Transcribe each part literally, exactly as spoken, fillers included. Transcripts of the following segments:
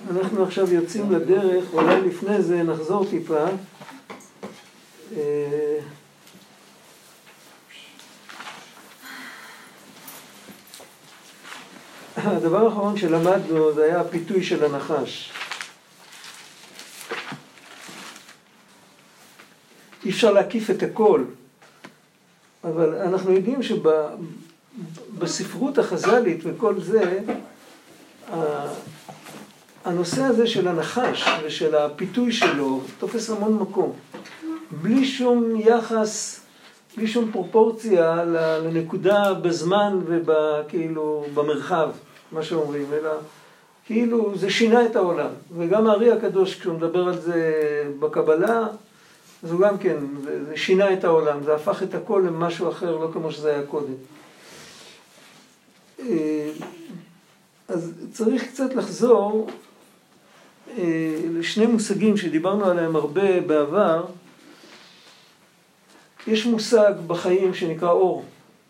אנחנו עכשיו יוצאים לדרך, אולי לפני זה נחזור טיפה. הדבר האחרון שלמדנו זה היה הפיתוי של הנחש. אי אפשר להקיף את הכל, אבל אנחנו יודעים שבספרות החז"לית וכל זה, הנושא הזה של הנחש ושל הפיתוי שלו תופס המון מקום. בלי שום יחס, בלי שום פרופורציה לנקודה בזמן וכאילו במרחב, מה שאומרים, אלא כאילו זה שינה את העולם. וגם הארי הקדוש כשהוא מדבר על זה בקבלה, אז הוא גם כן, זה, זה שינה את העולם, זה הפך את הכל למשהו אחר, לא כמו שזה היה קודם. אז צריך קצת לחזור לשני מושגים שדיברנו עליהם הרבה בעבר. יש מושג בחיים שנקרא אור.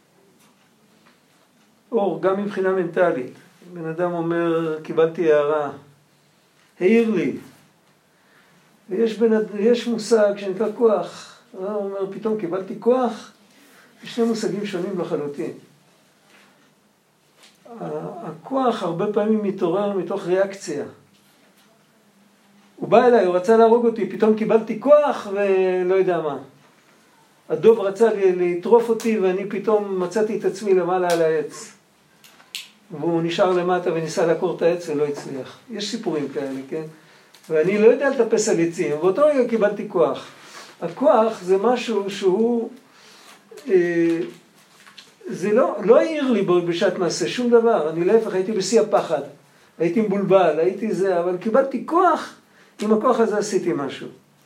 אור, גם מבחינה מנטלית. בן אדם אומר, קיבלתי הערה, העיר לי. ויש בן, יש מושג שנקרא כוח. הוא אומר, פתאום קיבלתי כוח. יש שני מושגים שונים לחלוטין. הכוח הרבה פעמים מתעורר מתוך ריאקציה. הוא בא אליי, הוא רצה להרוג אותי, פתאום קיבלתי כוח ולא יודע מה. הדוב רצה לטרוף אותי ואני פתאום מצאתי את עצמי למעלה על העץ. והוא נשאר למטה וניסה לעקור את העץ ולא הצליח. יש סיפורים כאלה, כן? ואני לא יודע לטפס על עצים, ובאותו רגע קיבלתי כוח. הכוח זה משהו שהוא... אה, זה לא, לא העיר לי בשעת מעשה, שום דבר. אני להפך, הייתי בשיא הפחד. הייתי מבולבל, הייתי זה, אבל קיבלתי כוח, עם הכוח הזה עשיתי משהו.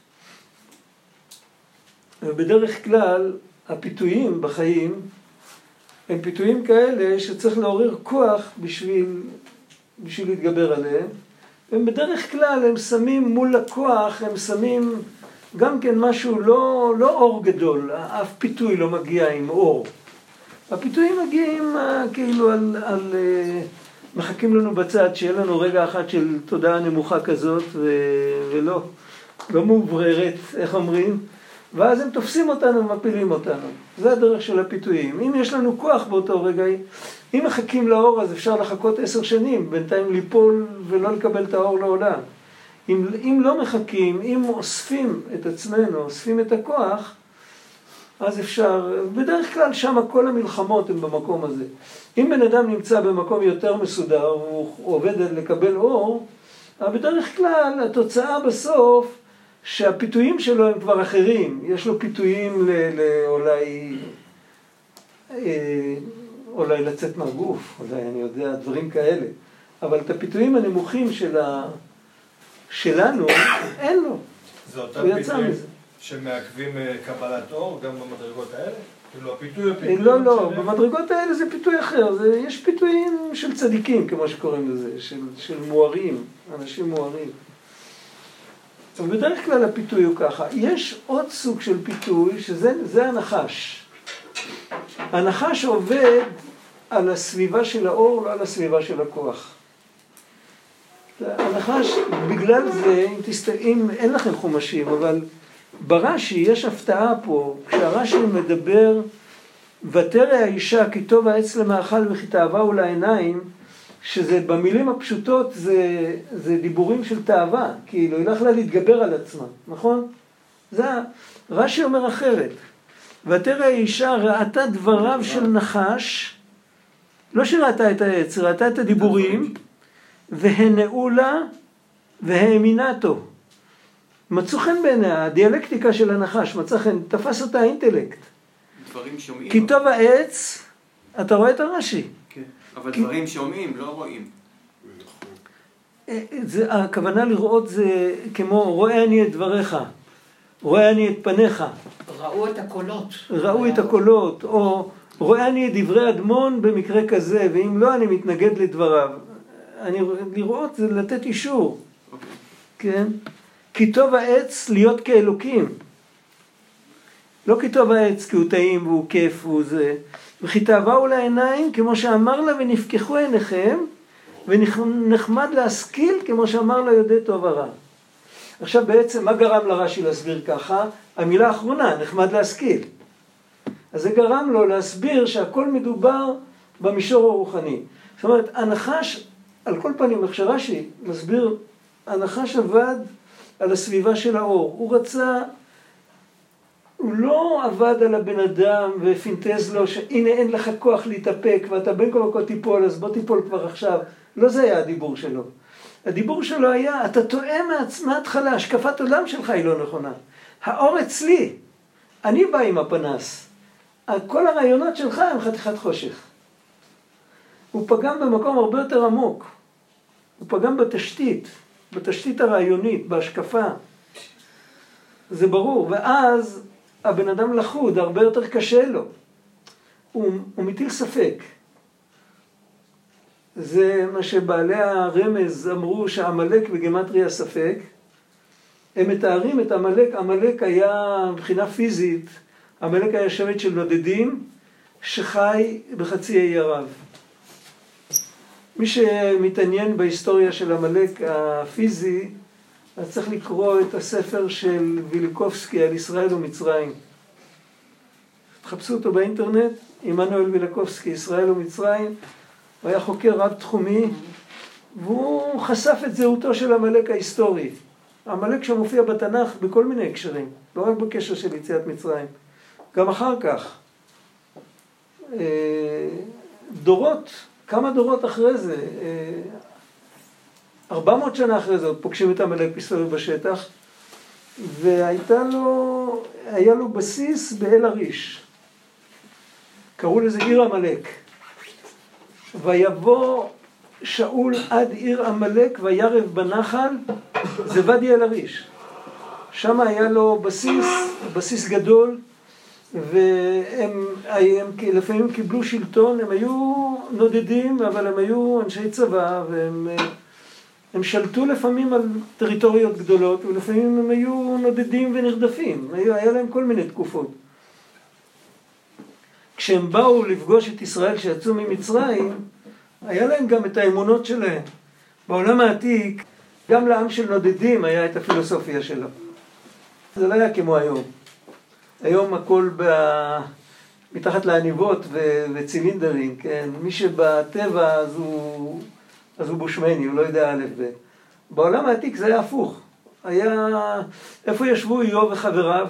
ובדרך כלל, הפיתויים בחיים, הם פיתויים כאלה שצריך לעורר כוח בשביל, בשביל להתגבר עליהם. הם בדרך כלל, הם שמים מול הכוח, הם שמים גם כן משהו לא, לא אור גדול. אף פיתוי לא מגיע עם אור. הפיתויים מגיעים כאילו על, על, מחכים לנו בצד, שיהיה לנו רגע אחת של תודעה נמוכה כזאת, ו, ולא, לא מובררת, איך אומרים, ואז הם תופסים אותנו ומפילים אותנו. זה הדרך של הפיתויים. אם יש לנו כוח באותו רגע, אם מחכים לאור, אז אפשר לחכות עשר שנים, בינתיים ליפול ולא לקבל את האור לעולם. אם, אם לא מחכים, אם אוספים את עצמנו, אוספים את הכוח, אז אפשר, בדרך כלל שם כל המלחמות הן במקום הזה. אם בן אדם נמצא במקום יותר מסודר, הוא עובד לקבל אור, אבל בדרך כלל התוצאה בסוף, שהפיתויים שלו הם כבר אחרים. יש לו פיתויים לאולי, אולי לצאת מהגוף, אולי אני יודע, דברים כאלה. אבל את הפיתויים הנמוכים של ה... שלנו, אין לו. זה אותם פיתויים שמעכבים קבלת אור, גם במדרגות האלה? כאילו הפיתוי הפיתוי... לא, לא, במדרגות האלה זה פיתוי אחר. זה, יש פיתויים של צדיקים, כמו שקוראים לזה, של, של מוארים, אנשים מוארים. ובדרך כלל הפיתוי הוא ככה. יש עוד סוג של פיתוי, שזה זה הנחש. הנחש עובד על הסביבה של האור, לא על הסביבה של הכוח. הנחש, בגלל זה, אם, תסת... אם אין לכם חומשים, אבל ברש"י יש הפתעה פה, כשהרש"י מדבר, ותרא האישה כי טוב העץ למאכל וכי תאווה הוא לעיניים, שזה במילים הפשוטות זה, זה דיבורים של תאווה, כאילו היא לא יכלה להתגבר על עצמה, נכון? זה, רש"י אומר אחרת. ותרא האישה ראתה דבריו של נחש, לא שראתה את העץ, ראתה את הדיבורים, והנאו לה והאמינתו. מצאו חן בעיניה, הדיאלקטיקה של הנחש, מצא חן, תפס אותה האינטלקט. דברים שומעים. כי טוב העץ, אתה רואה את הרש"י. כן, אבל דברים שומעים, לא רואים. זה, הכוונה לראות זה כמו, רואה אני את דבריך, רואה אני את פניך. ראו את הקולות. ראו את הקולות, או רואה אני את דברי אדמון במקרה כזה, ואם לא אני מתנגד לדבריו. אני, לראות זה לתת אישור. כן? כי טוב העץ להיות כאלוקים. לא כי טוב העץ כי הוא טעים והוא כיף והוא זה. וכי תאווה הוא לעיניים כמו שאמר לה ונפקחו עיניכם ונחמד להשכיל, כמו שאמר לה יודע טוב הרע. עכשיו בעצם, מה גרם לרש"י להסביר ככה? המילה האחרונה, נחמד להשכיל. אז זה גרם לו להסביר שהכל מדובר במישור הרוחני. זאת אומרת, הנחש, על כל פנים, איך שרש"י מסביר, הנחש עבד על הסביבה של האור. הוא רצה, הוא לא עבד על הבן אדם ופינטז לו שהנה אין לך כוח להתאפק ואתה בין כה וכה תיפול, אז בוא תיפול כבר עכשיו. לא זה היה הדיבור שלו. הדיבור שלו היה, אתה טועה מההתחלה, השקפת עולם שלך היא לא נכונה. האור אצלי, אני בא עם הפנס. כל הרעיונות שלך הם חתיכת חושך. הוא פגם במקום הרבה יותר עמוק. הוא פגם בתשתית, בתשתית הרעיונית, בהשקפה. זה ברור. ואז הבן אדם לחוד, הרבה יותר קשה לו. הוא, הוא מטיל ספק. זה מה שבעלי הרמז אמרו שהעמלק בגימטריה ספק. הם מתארים את עמלק, עמלק היה מבחינה פיזית, עמלק היה שבט של נודדים שחי בחצי האי ערב. מי שמתעניין בהיסטוריה של עמלק הפיזי, אז צריך לקרוא את הספר של ויליקובסקי על ישראל ומצרים. תחפשו אותו באינטרנט, עמנואל ויליקובסקי, ישראל ומצרים. הוא היה חוקר רב תחומי, והוא חשף את זהותו של עמלק ההיסטורי. עמלק שמופיע בתנ"ך בכל מיני הקשרים, לא רק בקשר של יציאת מצרים. גם אחר כך. דורות, כמה דורות אחרי זה, ארבע מאות שנה אחרי זה, עוד פוגשים את עמלק מסתובב בשטח, והייתה לו, היה לו בסיס באל עריש. קראו לזה עיר עמלק. ויבוא שאול עד עיר עמלק וירב בנחל, זה ואדי אל עריש. שם היה לו בסיס, בסיס גדול, והם הם, לפעמים קיבלו שלטון, הם היו נודדים, אבל הם היו אנשי צבא, והם הם שלטו לפעמים על טריטוריות גדולות, ולפעמים הם היו נודדים ונרדפים, היה, היה להם כל מיני תקופות. כשהם באו לפגוש את ישראל שיצאו ממצרים, היה להם גם את האמונות שלהם. בעולם העתיק, גם לעם של נודדים היה את הפילוסופיה שלו. זה לא היה כמו היום. היום הכל ב... מתחת לעניבות ו... וצילינדרים, כן? מי שבטבע אז הוא, אז הוא בושמני, הוא לא יודע א' ב'. בעולם העתיק זה היה הפוך. היה... איפה ישבו איוב וחבריו?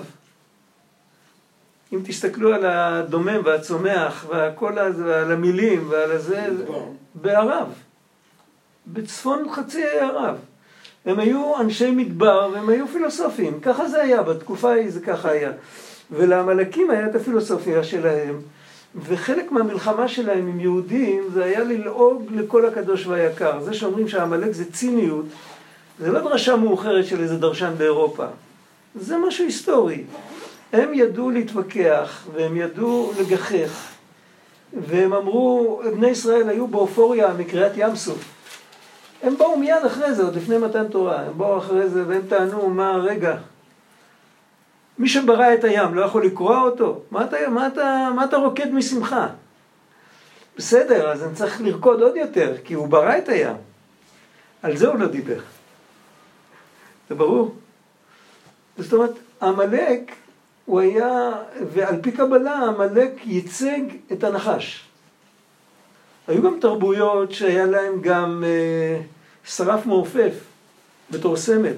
אם תסתכלו על הדומם והצומח והכל הזה, ועל המילים ועל הזה, בערב. בצפון חצי ערב. הם היו אנשי מדבר והם היו פילוסופים. ככה זה היה, בתקופה ההיא זה ככה היה. ולעמלקים היה את הפילוסופיה שלהם, וחלק מהמלחמה שלהם עם יהודים זה היה ללעוג לכל הקדוש והיקר. זה שאומרים שהעמלק זה ציניות, זה לא דרשה מאוחרת של איזה דרשן באירופה. זה משהו היסטורי. הם ידעו להתווכח והם ידעו לגחך, והם אמרו, בני ישראל היו באופוריה מקריאת ים סוף. הם באו מיד אחרי זה, עוד לפני מתן תורה, הם באו אחרי זה והם טענו, מה רגע? מי שברא את הים לא יכול לקרוא אותו? מה אתה, מה אתה, מה אתה רוקד משמחה? בסדר, אז אני צריך לרקוד עוד יותר, כי הוא ברא את הים. על זה הוא לא דיבר. זה ברור? זאת אומרת, עמלק הוא היה, ועל פי קבלה, עמלק ייצג את הנחש. היו גם תרבויות שהיה להם גם אה, שרף מעופף בתור סמל.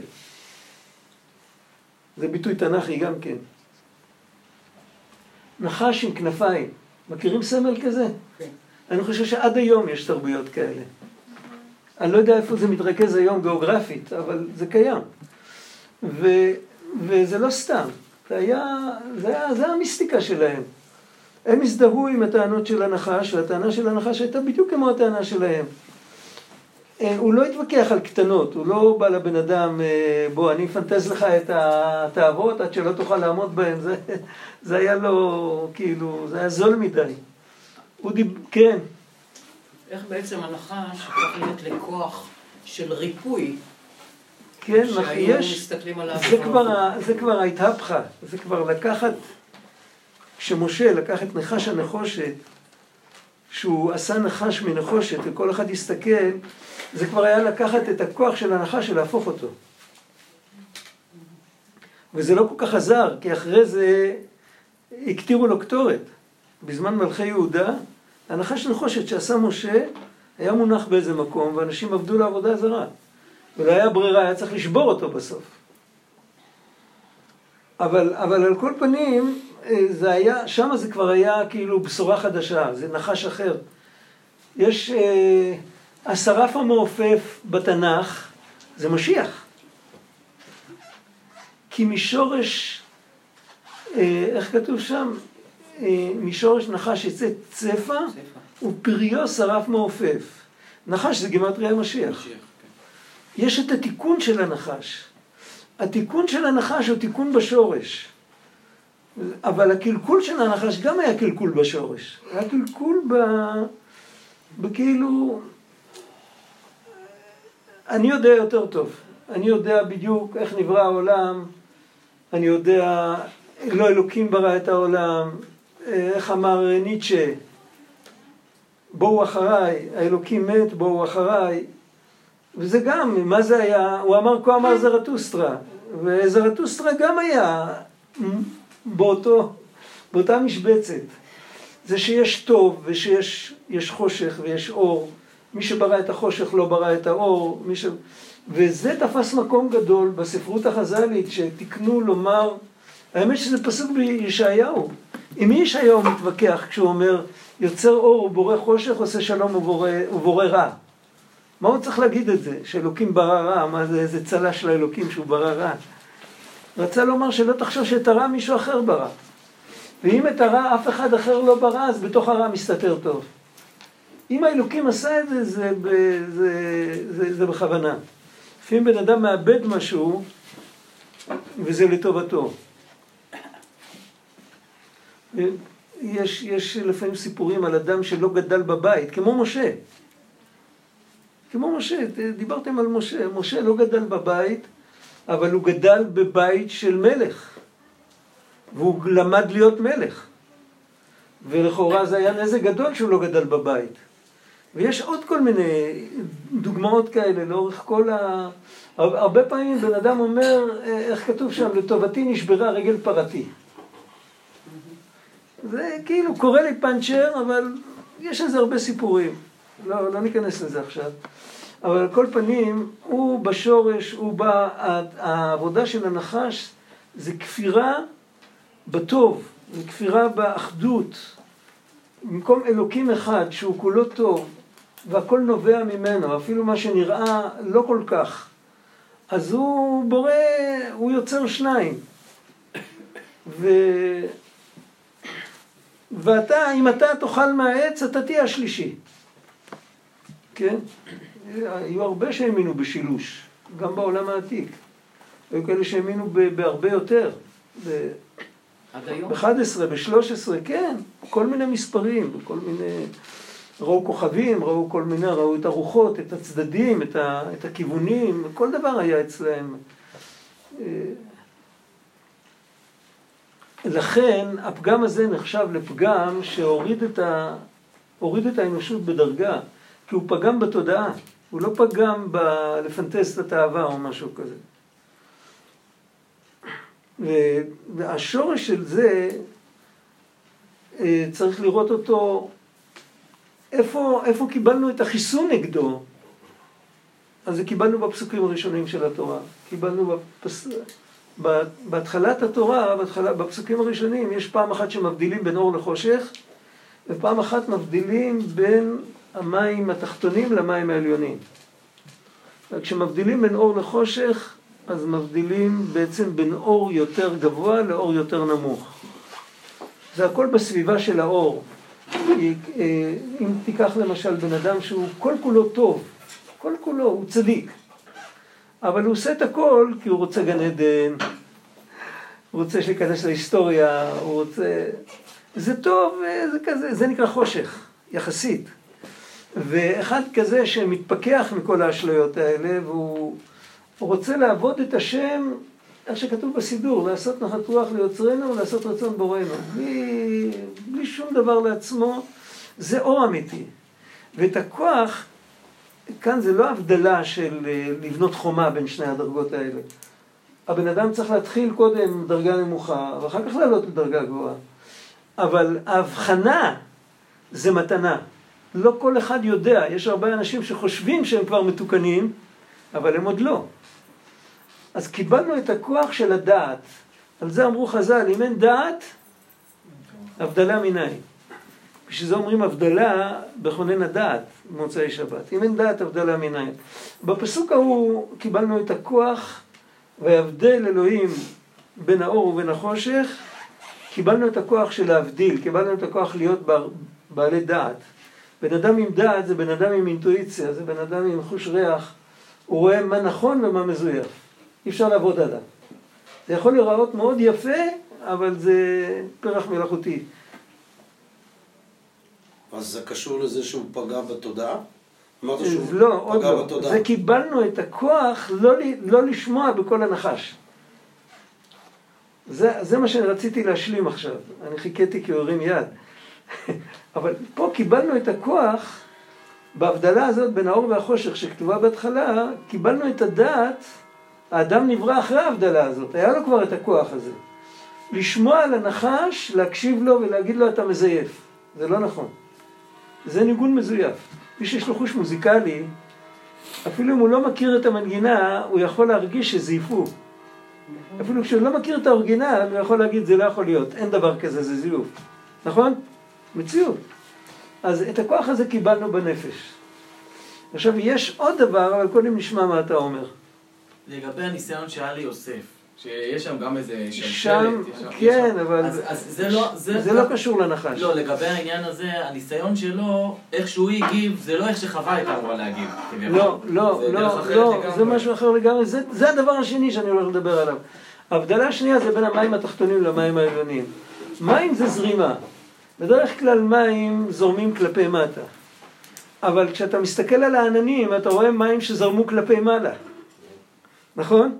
זה ביטוי תנ"כי גם כן. נחש עם כנפיים. מכירים סמל כזה? כן. אני חושב שעד היום יש תרבויות כאלה. אני לא יודע איפה זה מתרכז היום גיאוגרפית, אבל זה קיים. ו, וזה לא סתם. זה היה, זה היה, זה היה המיסטיקה שלהם. הם הזדהו עם הטענות של הנחש, והטענה של הנחש הייתה בדיוק כמו הטענה שלהם. הוא לא התווכח על קטנות, הוא לא בא לבן אדם, בוא, אני אפנטז לך את התאוות עד שלא תוכל לעמוד בהן. זה, זה היה לו, כאילו, זה היה זול מדי. הוא דיב... כן. איך בעצם הנחש הפך להיות לכוח של ריפוי? כן, יש, זה כבר, זה כבר ההתהפכה, זה כבר לקחת, כשמשה לקח את נחש הנחושת, שהוא עשה נחש מנחושת, וכל אחד יסתכל, זה כבר היה לקחת את הכוח של הנחש ולהפוך אותו. וזה לא כל כך עזר, כי אחרי זה הקטירו לו קטורת. בזמן מלכי יהודה, הנחש נחושת שעשה משה, היה מונח באיזה מקום, ואנשים עבדו לעבודה זרה. ולא היה ברירה, היה צריך לשבור אותו בסוף. אבל, אבל על כל פנים, זה היה, שם זה כבר היה כאילו בשורה חדשה, זה נחש אחר. יש אה, השרף המעופף בתנ"ך, זה משיח. כי משורש, אה, איך כתוב שם? אה, משורש נחש יצא צפה, ופריו שרף מעופף. נחש זה גימטריה משיח. משיח כן. יש את התיקון של הנחש. התיקון של הנחש הוא תיקון בשורש. אבל הקלקול של הנחש גם היה קלקול בשורש. היה קלקול ב... בכאילו... אני יודע יותר טוב. אני יודע בדיוק איך נברא העולם. אני יודע... לא אלוקים ברא את העולם. איך אמר ניטשה? בואו אחריי. האלוקים מת, בואו אחריי. וזה גם, מה זה היה? הוא אמר, כה אמר זרטוסטרה. וזרטוסטרה גם היה... באותו, באותה משבצת. זה שיש טוב ושיש יש חושך ויש אור. מי שברא את החושך לא ברא את האור. מי ש... וזה תפס מקום גדול בספרות החז"לית שתקנו לומר, האמת שזה פסוק בישעיהו. עם מי ישעיהו מתווכח כשהוא אומר, יוצר אור ובורא חושך, עושה שלום ובורא, ובורא רע. מה הוא צריך להגיד את זה? שאלוקים ברא רע, מה זה איזה צלש לאלוקים שהוא ברא רע? רצה לומר שלא תחשוב שאת הרע מישהו אחר ברא. ואם את הרע אף אחד אחר לא ברא, אז בתוך הרע מסתתר טוב. אם האלוקים עשה את זה, זה, זה, זה, זה, זה בכוונה. לפעמים בן אדם מאבד משהו, וזה לטובתו. יש, יש לפעמים סיפורים על אדם שלא גדל בבית, כמו משה. כמו משה, דיברתם על משה. משה לא גדל בבית, אבל הוא גדל בבית של מלך, והוא למד להיות מלך. ולכאורה זה היה נזק גדול שהוא לא גדל בבית. ויש עוד כל מיני דוגמאות כאלה לאורך כל ה... הרבה פעמים בן אדם אומר, איך כתוב שם, לטובתי נשברה רגל פרתי. זה כאילו קורא לי פנצ'ר, אבל יש לזה הרבה סיפורים. לא, לא ניכנס לזה עכשיו. אבל על כל פנים, הוא בשורש, הוא בא, העבודה של הנחש זה כפירה בטוב, זה כפירה באחדות. במקום אלוקים אחד שהוא כולו טוב, והכל נובע ממנו, אפילו מה שנראה לא כל כך, אז הוא בורא, הוא יוצר שניים. ו... ואתה, אם אתה תאכל מהעץ, אתה תהיה השלישי. כן? היו הרבה שהאמינו בשילוש, גם בעולם העתיק. היו כאלה שהאמינו בהרבה יותר. ב-אחד עשרה, ב-שלוש עשרה, כן, כל מיני מספרים, כל מיני... ראו כוכבים, ראו כל מיני, ראו את הרוחות, את הצדדים, את, ה... את הכיוונים, כל דבר היה אצלהם. לכן, הפגם הזה נחשב לפגם שהוריד את, ה... הוריד את האנושות בדרגה, כי הוא פגם בתודעה. הוא לא פגם בלפנטס את האהבה או משהו כזה. והשורש של זה, צריך לראות אותו, איפה, איפה קיבלנו את החיסון נגדו? אז זה קיבלנו בפסוקים הראשונים של התורה. קיבלנו בפס... בהתחלת התורה, בהתחלה, בפסוקים הראשונים, יש פעם אחת שמבדילים בין אור לחושך, ופעם אחת מבדילים בין המים התחתונים למים העליונים. כשמבדילים בין אור לחושך, אז מבדילים בעצם בין אור יותר גבוה לאור יותר נמוך. זה הכל בסביבה של האור. אם תיקח למשל בן אדם שהוא כל כולו טוב, כל כולו הוא צדיק, אבל הוא עושה את הכל כי הוא רוצה גן עדן, הוא רוצה להיכנס להיסטוריה, הוא רוצה... זה טוב, זה כזה, זה נקרא חושך, יחסית. ואחד כזה שמתפכח מכל האשליות האלה, והוא רוצה לעבוד את השם, איך שכתוב בסידור, לעשות נחת רוח ליוצרנו ולעשות רצון בורנו. בלי, בלי שום דבר לעצמו, זה אור אמיתי. ואת הכוח, כאן זה לא הבדלה של לבנות חומה בין שני הדרגות האלה. הבן אדם צריך להתחיל קודם דרגה נמוכה, ואחר כך לעלות לדרגה גבוהה. אבל ההבחנה זה מתנה. לא כל אחד יודע, יש הרבה אנשים שחושבים שהם כבר מתוקנים, אבל הם עוד לא. אז קיבלנו את הכוח של הדעת. על זה אמרו חז"ל, אם אין דעת, הבדלה מיניים. בשביל זה אומרים הבדלה בכונן הדעת, במוצאי שבת. אם אין דעת, הבדלה מיניים. בפסוק ההוא קיבלנו את הכוח, והבדל אלוהים בין האור ובין החושך, קיבלנו את הכוח של להבדיל, קיבלנו את הכוח להיות בעלי דעת. בן אדם עם דעת זה בן אדם עם אינטואיציה, זה בן אדם עם חוש ריח, הוא רואה מה נכון ומה מזויף. אי אפשר לעבוד עליו. זה יכול להיראות מאוד יפה, אבל זה פרח מלאכותי. אז זה קשור לזה שהוא פגע בתודעה? אמרת שהוא לא, עוד פגע לא. בתודעה. זה קיבלנו את הכוח לא, לא לשמוע בכל הנחש. זה, זה מה שרציתי להשלים עכשיו. אני חיכיתי כי הוא הרים יד. אבל פה קיבלנו את הכוח, בהבדלה הזאת בין האור והחושך שכתובה בהתחלה, קיבלנו את הדעת, האדם נברא אחרי ההבדלה הזאת, היה לו כבר את הכוח הזה. לשמוע על הנחש, להקשיב לו ולהגיד לו אתה מזייף. זה לא נכון. זה ניגון מזויף. מי שיש לו חוש מוזיקלי, אפילו אם הוא לא מכיר את המנגינה, הוא יכול להרגיש שזייפו. אפילו כשהוא לא מכיר את האורגינל, הוא יכול להגיד זה לא יכול להיות, אין דבר כזה, זה זיוף. נכון? מציאות. אז את הכוח הזה קיבלנו בנפש. עכשיו יש עוד דבר, אבל קודם נשמע מה אתה אומר. לגבי הניסיון שהיה לי יוסף, שיש שם גם איזה שלשלת. שם, כן, אבל אז, אז זה לא, זה, זה לא קשור לנחש. לא, לגבי העניין הזה, הניסיון שלו, איך שהוא הגיב, זה לא איך שחווה הייתה אמורה להגיב. לא, לא, זה לא, לא, זה משהו אחר לגמרי. זה, זה הדבר השני שאני הולך לדבר עליו. ההבדלה השנייה זה בין המים התחתונים למים העליונים. מים זה זרימה. בדרך כלל מים זורמים כלפי מטה. אבל כשאתה מסתכל על העננים, אתה רואה מים שזרמו כלפי מעלה. נכון?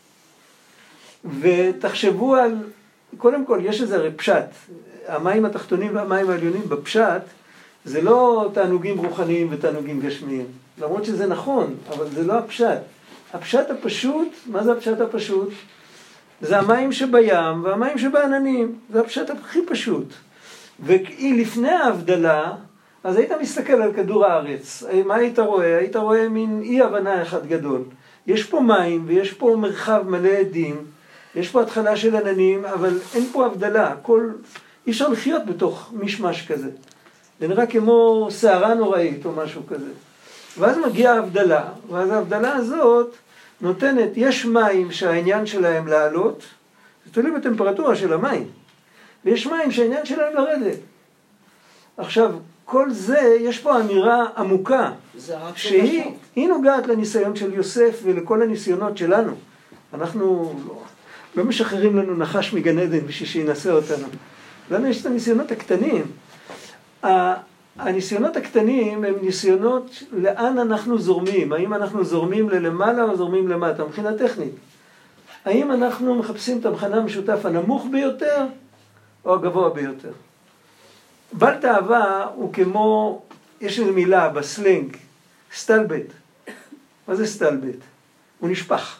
ותחשבו על, קודם כל יש איזה פשט. המים התחתונים והמים העליונים בפשט, זה לא תענוגים רוחניים ותענוגים גשמיים. למרות שזה נכון, אבל זה לא הפשט. הפשט הפשוט, מה זה הפשט הפשוט? זה המים שבים והמים שבעננים. זה הפשט הכי פשוט. ולפני ההבדלה, אז היית מסתכל על כדור הארץ. מה היית רואה? היית רואה מין אי הבנה אחד גדול. יש פה מים ויש פה מרחב מלא עדים. יש פה התחלה של עננים, אבל אין פה הבדלה. הכל, אי אפשר לחיות בתוך משמש כזה. זה נראה כמו שערה נוראית או משהו כזה. ואז מגיעה ההבדלה, ואז ההבדלה הזאת נותנת, יש מים שהעניין שלהם לעלות, זה תלוי בטמפרטורה של המים. ויש מים שהעניין שלהם לרדת. עכשיו, כל זה, יש פה אמירה עמוקה, שהיא היא נוגעת לניסיון של יוסף ולכל הניסיונות שלנו. אנחנו לא, לא משחררים לנו נחש מגן עדן בשביל שינסה אותנו. לנו יש את הניסיונות הקטנים. הניסיונות הקטנים הם ניסיונות לאן אנחנו זורמים. האם אנחנו זורמים ללמעלה או זורמים למטה, מבחינה טכנית. האם אנחנו מחפשים את המכנה המשותף הנמוך ביותר או הגבוה ביותר. בעל תאווה הוא כמו, יש איזו מילה בסלנג, סטלבט. מה זה סטלבט? הוא נשפך.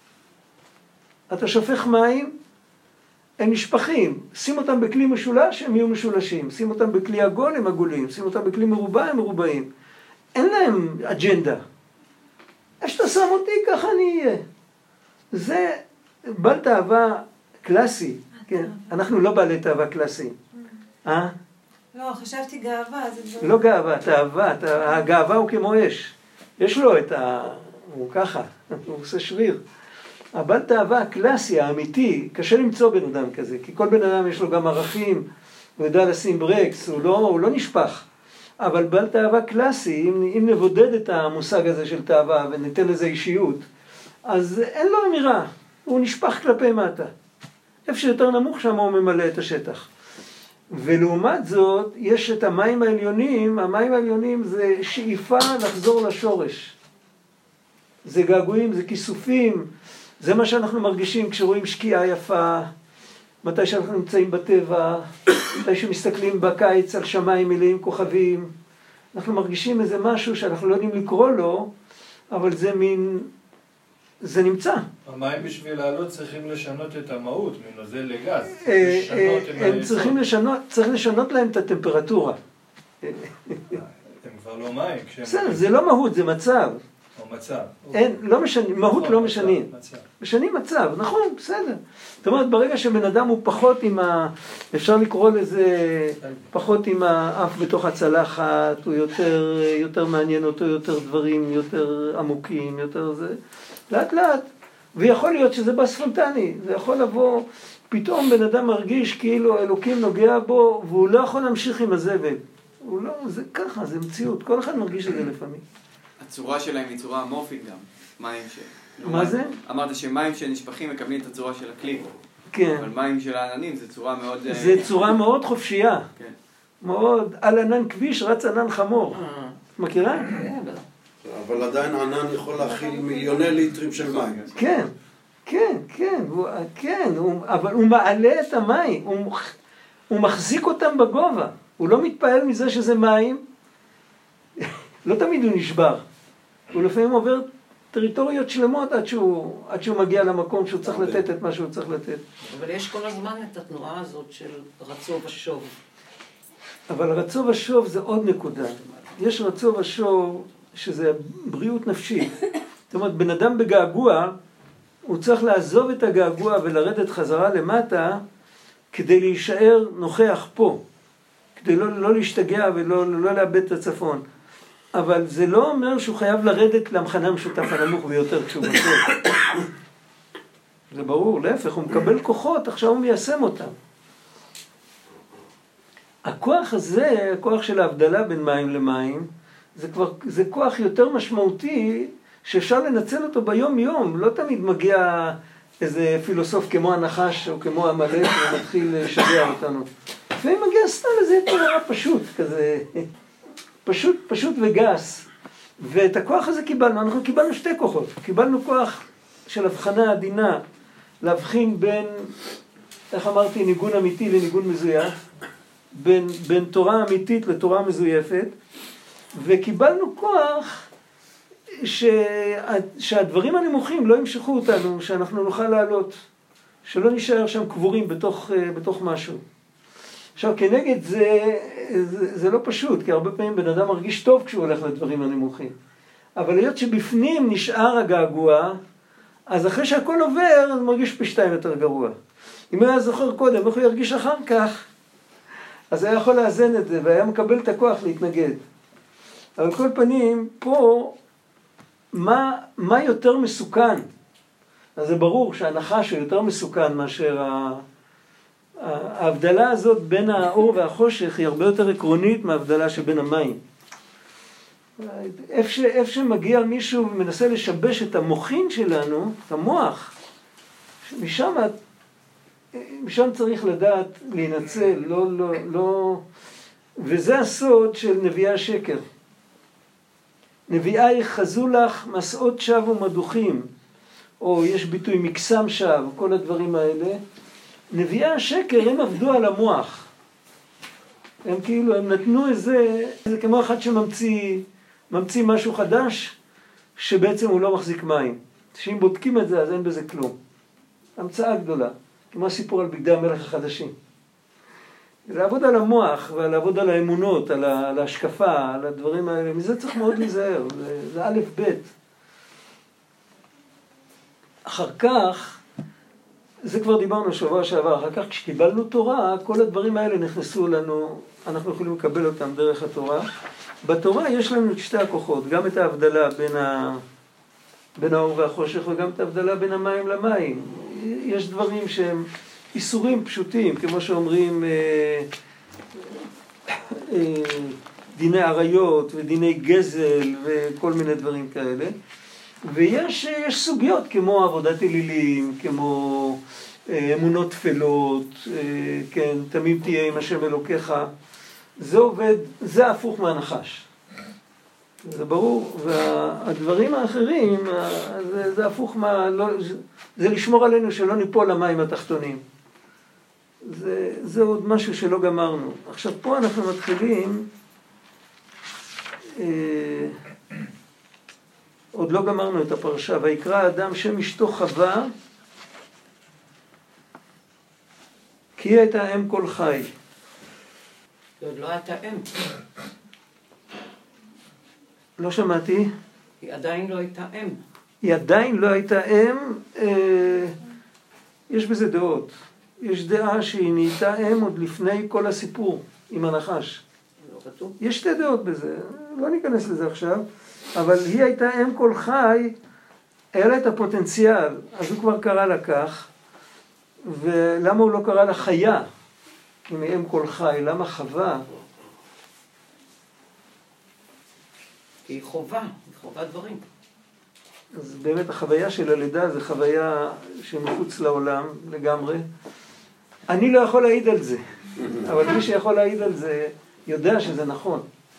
אתה שופך מים, הם נשפכים. שים אותם בכלי משולש, הם יהיו משולשים. שים אותם בכלי עגול, הם עגולים. שים אותם בכלי מרובע, הם מרובעים. אין להם אג'נדה. איך שאתה שם אותי, ככה אני אהיה. זה בעל תאווה קלאסי. כן, אנחנו לא בעלי תאווה קלאסיים. אה? לא, חשבתי גאווה. לא גאווה, תאווה. הגאווה הוא כמו אש. יש לו את ה... הוא ככה, הוא עושה שריר. הבעל תאווה הקלאסי, האמיתי, קשה למצוא בן אדם כזה, כי כל בן אדם יש לו גם ערכים, הוא יודע לשים ברקס, הוא לא, הוא לא נשפך. אבל בעל תאווה קלאסי, אם, אם נבודד את המושג הזה של תאווה וניתן לזה אישיות, אז אין לו אמירה, הוא נשפך כלפי מטה. איפה שיותר נמוך שם הוא ממלא את השטח. ולעומת זאת, יש את המים העליונים, המים העליונים זה שאיפה לחזור לשורש. זה געגועים, זה כיסופים, זה מה שאנחנו מרגישים כשרואים שקיעה יפה, מתי שאנחנו נמצאים בטבע, מתי שמסתכלים בקיץ על שמיים מלאים כוכבים, אנחנו מרגישים איזה משהו שאנחנו לא יודעים לקרוא לו, אבל זה מין, זה נמצא. המים בשביל לעלות צריכים לשנות את המהות, מנוזל לגז. הם צריכים לשנות, צריך לשנות להם את הטמפרטורה. הם כבר לא מים. בסדר, זה לא מהות, זה מצב. או מצב. אין, לא משנים, מהות לא משנים. משנים מצב, נכון, בסדר. זאת אומרת, ברגע שבן אדם הוא פחות עם ה... אפשר לקרוא לזה פחות עם האף בתוך הצלחת, הוא יותר, יותר מעניין אותו, יותר דברים, יותר עמוקים, יותר זה. לאט לאט. ויכול להיות שזה בא ספונטני. זה יכול לבוא, פתאום בן אדם מרגיש כאילו אלוקים נוגע בו, והוא לא יכול להמשיך עם הזבל. הוא לא, זה ככה, זה מציאות. כל אחד מרגיש את זה לפעמים. הצורה שלהם היא צורה אמורפית גם, מים ש... מה זה? אמרת שמים שנשפכים מקבלים את הצורה של הכלי. כן. אבל מים של העננים זה צורה מאוד... זה צורה מאוד חופשייה. כן. מאוד, על ענן כביש רץ ענן חמור. מכירה? אבל עדיין ענן יכול להכיל מיליוני ליטרים של מים. כן, כן, כן, כן, אבל הוא מעלה את המים, הוא מחזיק אותם בגובה. הוא לא מתפעל מזה שזה מים. לא תמיד הוא נשבר. הוא לפעמים עובר טריטוריות שלמות עד שהוא, עד שהוא מגיע למקום שהוא צריך לתת את מה שהוא צריך לתת. אבל יש כל הזמן את התנועה הזאת של רצו ושוב. אבל רצו ושוב זה עוד נקודה. יש רצו ושוב שזה בריאות נפשית. זאת אומרת, בן אדם בגעגוע, הוא צריך לעזוב את הגעגוע ולרדת חזרה למטה כדי להישאר נוכח פה. כדי לא, לא להשתגע ולא לא לאבד את הצפון. אבל זה לא אומר שהוא חייב לרדת למחנה המשותף הנמוך ביותר כשהוא בסוף. זה ברור, להפך, הוא מקבל כוחות, עכשיו הוא מיישם אותם. הכוח הזה, הכוח של ההבדלה בין מים למים, זה כבר, זה כוח יותר משמעותי שאפשר לנצל אותו ביום יום. לא תמיד מגיע איזה פילוסוף כמו הנחש או כמו המלך ומתחיל לשגע אותנו. לפעמים מגיע סתם איזה יותר פשוט כזה. פשוט, פשוט וגס. ואת הכוח הזה קיבלנו, אנחנו קיבלנו שתי כוחות. קיבלנו כוח של הבחנה עדינה, להבחין בין, איך אמרתי, ניגון אמיתי לניגון מזויף, בין, בין תורה אמיתית לתורה מזויפת, וקיבלנו כוח ש, שהדברים הנמוכים לא ימשכו אותנו, שאנחנו נוכל לעלות, שלא נשאר שם קבורים בתוך, בתוך משהו. עכשיו, כנגד זה, זה, זה לא פשוט, כי הרבה פעמים בן אדם מרגיש טוב כשהוא הולך לדברים הנמוכים. אבל להיות שבפנים נשאר הגעגוע, אז אחרי שהכל עובר, אז מרגיש פי שתיים יותר גרוע. אם הוא היה זוכר קודם, איך הוא ירגיש אחר כך, אז היה יכול לאזן את זה, והיה מקבל את הכוח להתנגד. אבל כל פנים, פה, מה, מה יותר מסוכן? אז זה ברור שהנחש הוא יותר מסוכן מאשר ה... ההבדלה הזאת בין האור והחושך היא הרבה יותר עקרונית מההבדלה שבין המים. איפה, ש, איפה שמגיע מישהו ומנסה לשבש את המוחין שלנו, את המוח, משם, משם צריך לדעת להינצל, לא, לא, לא, וזה הסוד של נביאי השקר. נביאי חזו לך מסעות שווא ומדוכים, או יש ביטוי מקסם שווא, כל הדברים האלה. נביאי השקר הם עבדו על המוח. הם כאילו, הם נתנו איזה, זה כמו אחד שממציא, ממציא משהו חדש, שבעצם הוא לא מחזיק מים. שאם בודקים את זה, אז אין בזה כלום. המצאה גדולה, כמו הסיפור על בגדי המלך החדשים. לעבוד על המוח ולעבוד על האמונות, על, ה, על ההשקפה, על הדברים האלה, מזה צריך מאוד להיזהר, זה, זה א' ב'. אחר כך, זה כבר דיברנו שבוע שעבר, אחר כך כשקיבלנו תורה, כל הדברים האלה נכנסו לנו, אנחנו יכולים לקבל אותם דרך התורה. בתורה יש לנו את שתי הכוחות, גם את ההבדלה בין, ה... בין האור והחושך וגם את ההבדלה בין המים למים. יש דברים שהם איסורים פשוטים, כמו שאומרים אה, אה, דיני עריות ודיני גזל וכל מיני דברים כאלה. ויש יש סוגיות כמו עבודת אלילים, כמו אה, אמונות תפלות, אה, כן, תמים תהיה עם השם אלוקיך. זה עובד, זה הפוך מהנחש. זה ברור. והדברים האחרים, זה, זה הפוך מה... לא, זה לשמור עלינו שלא ניפול למים התחתונים. זה, זה עוד משהו שלא גמרנו. עכשיו פה אנחנו מתחילים, אה, עוד לא גמרנו את הפרשה, ויקרא אדם שם אשתו חווה, כי היא הייתה אם כל חי. היא עוד לא הייתה אם. לא שמעתי. היא עדיין לא הייתה אם. היא עדיין לא הייתה אם, אה, יש בזה דעות. יש דעה שהיא נהייתה אם עוד לפני כל הסיפור עם הנחש. לא כתוב. יש שתי דעות בזה, לא ניכנס לזה עכשיו, אבל היא הייתה אם כל חי, היה לה את הפוטנציאל, אז הוא כבר קרא לה כך, ולמה הוא לא קרא לה חיה, אם היא אם כל חי, למה חווה? כי היא חובה, היא חובה דברים. אז באמת החוויה של הלידה זה חוויה שמחוץ לעולם לגמרי. אני לא יכול להעיד על זה, אבל מי שיכול להעיד על זה יודע שזה נכון.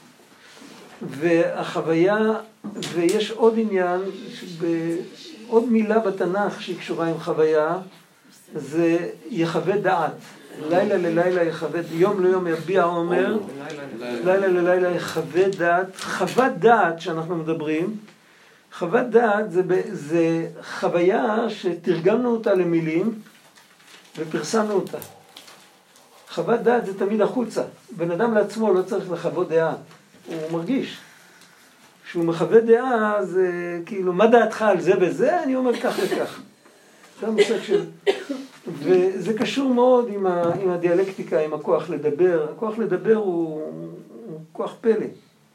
והחוויה, ויש עוד עניין, עוד מילה בתנ"ך שהיא קשורה עם חוויה, זה יחווה דעת. לילה ללילה יחווה, יום ליום יביע עומר, לילה ללילה יחווה דעת. חוות דעת שאנחנו מדברים, חוות דעת זה, זה חוויה שתרגמנו אותה למילים ופרסמנו אותה. חוות דעת זה תמיד החוצה. בן אדם לעצמו לא צריך לחוות דעה. הוא מרגיש. כשהוא מחווה דעה, זה כאילו, מה דעתך על זה וזה? אני אומר כך וכך. זה המושג של... וזה קשור מאוד עם, ה... עם הדיאלקטיקה, עם הכוח לדבר. הכוח לדבר הוא, הוא כוח פלא.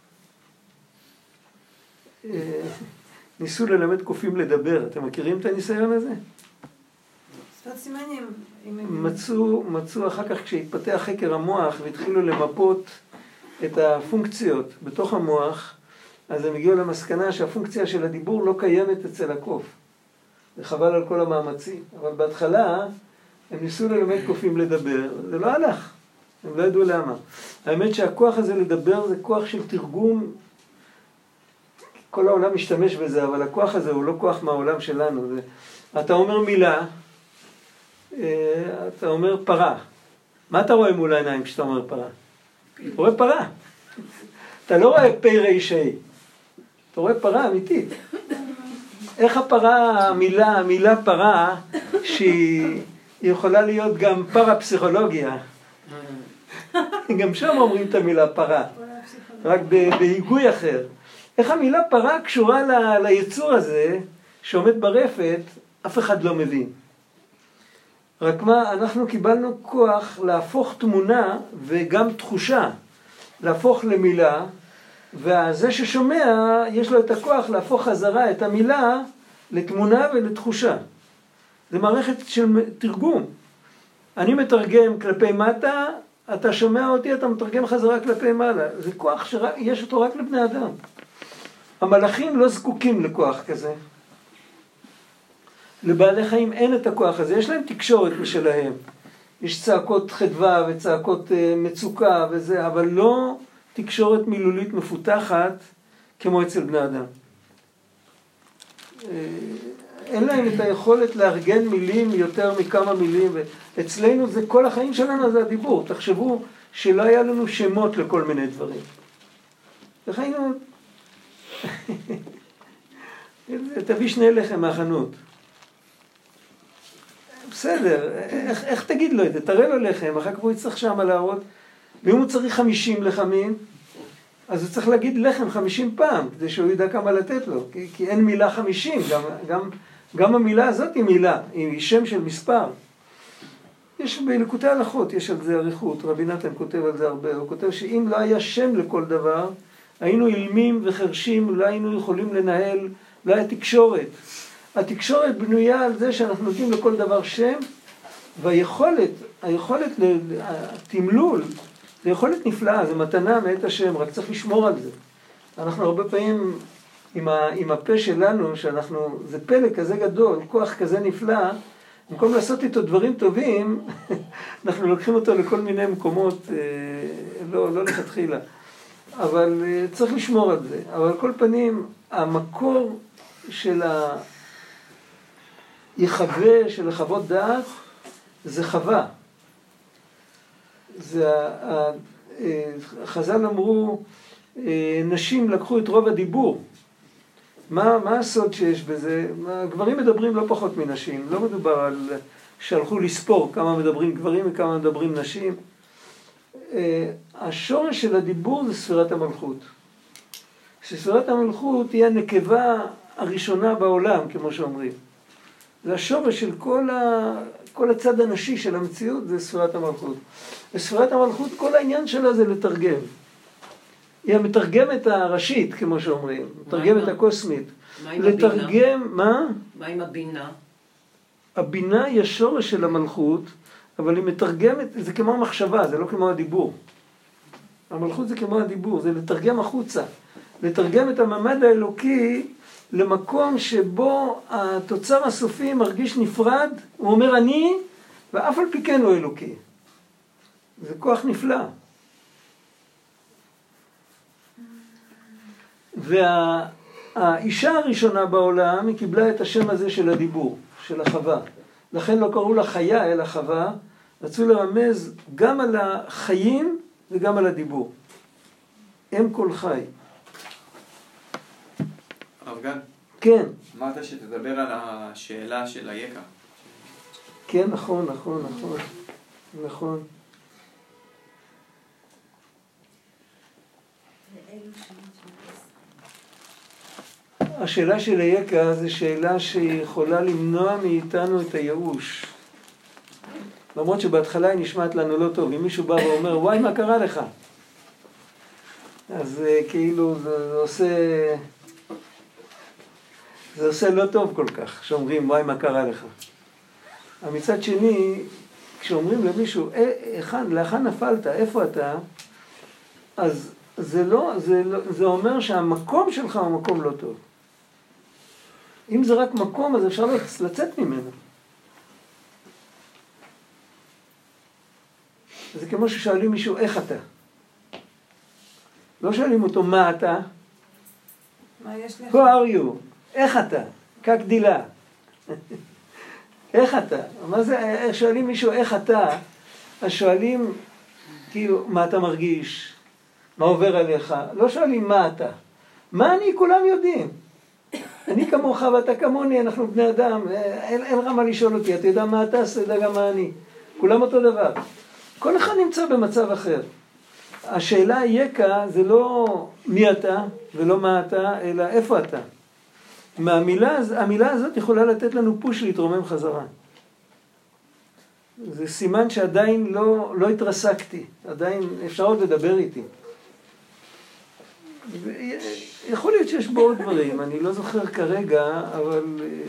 ניסו ללמד קופים לדבר. אתם מכירים את הניסיון הזה? שפת סימנים. מצאו, מצאו אחר כך כשהתפתח חקר המוח והתחילו למפות את הפונקציות בתוך המוח, אז הם הגיעו למסקנה שהפונקציה של הדיבור לא קיימת אצל הקוף. זה חבל על כל המאמצים. אבל בהתחלה הם ניסו ללמד קופים לדבר, זה לא הלך. הם לא ידעו למה. האמת שהכוח הזה לדבר זה כוח של תרגום, כל העולם משתמש בזה, אבל הכוח הזה הוא לא כוח מהעולם שלנו. זה... אתה אומר מילה, אתה אומר פרה. מה אתה רואה מול העיניים כשאתה אומר פרה? אתה רואה פרה. אתה לא רואה פי רישי. אתה רואה פרה אמיתית. איך הפרה, המילה, המילה פרה, שהיא יכולה להיות גם פרה-פסיכולוגיה. גם שם אומרים את המילה פרה. רק בהיגוי אחר. איך המילה פרה קשורה ל, ליצור הזה שעומד ברפת, אף אחד לא מבין. רק מה, אנחנו קיבלנו כוח להפוך תמונה וגם תחושה, להפוך למילה, וזה ששומע יש לו את הכוח להפוך חזרה את המילה לתמונה ולתחושה. זה מערכת של תרגום. אני מתרגם כלפי מטה, אתה שומע אותי, אתה מתרגם חזרה כלפי מעלה. זה כוח שיש אותו רק לבני אדם. המלאכים לא זקוקים לכוח כזה. לבעלי חיים אין את הכוח הזה, יש להם תקשורת משלהם. יש צעקות חדווה וצעקות מצוקה וזה, אבל לא תקשורת מילולית מפותחת כמו אצל בני אדם. אין להם את היכולת לארגן מילים יותר מכמה מילים, ואצלנו זה כל החיים שלנו זה הדיבור. תחשבו שלא היה לנו שמות לכל מיני דברים. וחיינו... תביא שני לחם מהחנות. בסדר, איך, איך תגיד לו את זה? תראה לו לחם, אחר כך הוא יצטרך שם להראות. ואם הוא צריך חמישים לחמים, אז הוא צריך להגיד לחם חמישים פעם, כדי שהוא ידע כמה לתת לו. כי, כי אין מילה חמישים, גם, גם, גם המילה הזאת היא מילה, היא שם של מספר. יש בליקוטי הלכות, יש על זה עריכות, רבי נתן כותב על זה הרבה, הוא כותב שאם לא היה שם לכל דבר, היינו אילמים וחרשים, לא היינו יכולים לנהל, לא היה תקשורת. התקשורת בנויה על זה שאנחנו נותנים לכל דבר שם, והיכולת, היכולת, התמלול, זה יכולת נפלאה, זה מתנה מאת השם, רק צריך לשמור על זה. אנחנו הרבה פעמים עם, ה, עם הפה שלנו, שאנחנו, זה פלא כזה גדול, כוח כזה נפלא, במקום לעשות איתו דברים טובים, אנחנו לוקחים אותו לכל מיני מקומות, אה, לא, לא לכתחילה. אבל אה, צריך לשמור על זה. אבל על כל פנים, המקור של היחווה, של החוות דעת, זה חווה. זה, חז"ל אמרו, נשים לקחו את רוב הדיבור. מה, מה הסוד שיש בזה? גברים מדברים לא פחות מנשים, לא מדובר על שהלכו לספור כמה מדברים גברים וכמה מדברים נשים. השורש של הדיבור זה ספירת המלכות. שספירת המלכות היא הנקבה הראשונה בעולם, כמו שאומרים. זה השורש של כל, ה... כל הצד הנשי של המציאות, זה ספירת המלכות. וספירת המלכות, כל העניין שלה זה לתרגם. היא המתרגמת הראשית, כמו שאומרים, מתרגמת הקוסמית. מה עם לתרגם, הבינה? מה? מה עם הבינה? הבינה היא השורש של המלכות, אבל היא מתרגמת, זה כמו המחשבה, זה לא כמו הדיבור. המלכות זה כמו הדיבור, זה לתרגם החוצה. לתרגם את הממד האלוקי למקום שבו התוצר הסופי מרגיש נפרד, הוא אומר אני, ואף על פי כן הוא אלוקי. זה כוח נפלא. והאישה הראשונה בעולם היא קיבלה את השם הזה של הדיבור, של החווה. לכן לא קראו לה חיה אלא חווה, רצו לרמז גם על החיים וגם על הדיבור. אם כל חי. הרב גן? כן. אמרת שתדבר על השאלה של היקה. כן, נכון, נכון, נכון. נכון. השאלה של היקה זה שאלה שיכולה למנוע מאיתנו את הייאוש. למרות שבהתחלה היא נשמעת לנו לא טוב. אם מישהו בא ואומר, וואי, מה קרה לך? אז כאילו זה עושה... זה עושה לא טוב כל כך, שאומרים, וואי, מה קרה לך? מצד שני, כשאומרים למישהו, לאן נפלת, איפה אתה? אז זה, לא, זה, לא, זה אומר שהמקום שלך הוא מקום לא טוב. אם זה רק מקום, אז אפשר לצאת ממנו. זה כמו ששואלים מישהו, איך אתה? לא שואלים אותו, מה אתה? מה יש לך? Who are you? איך אתה? כגדילה. איך אתה? מה זה, שואלים מישהו, איך אתה? אז שואלים, כאילו, מה אתה מרגיש? מה עובר עליך? לא שואלים, מה אתה? מה אני? כולם יודעים. אני כמוך ואתה כמוני, אנחנו בני אדם, אין, אין רמה לשאול אותי, אתה יודע מה אתה, אז אתה יודע גם מה אני. כולם אותו דבר. כל אחד נמצא במצב אחר. השאלה היקה זה לא מי אתה ולא מה אתה, אלא איפה אתה. מהמילה, המילה הזאת יכולה לתת לנו פוש להתרומם חזרה. זה סימן שעדיין לא, לא התרסקתי, עדיין אפשר עוד לדבר איתי. יכול להיות שיש בו עוד דברים, אני לא זוכר כרגע, אבל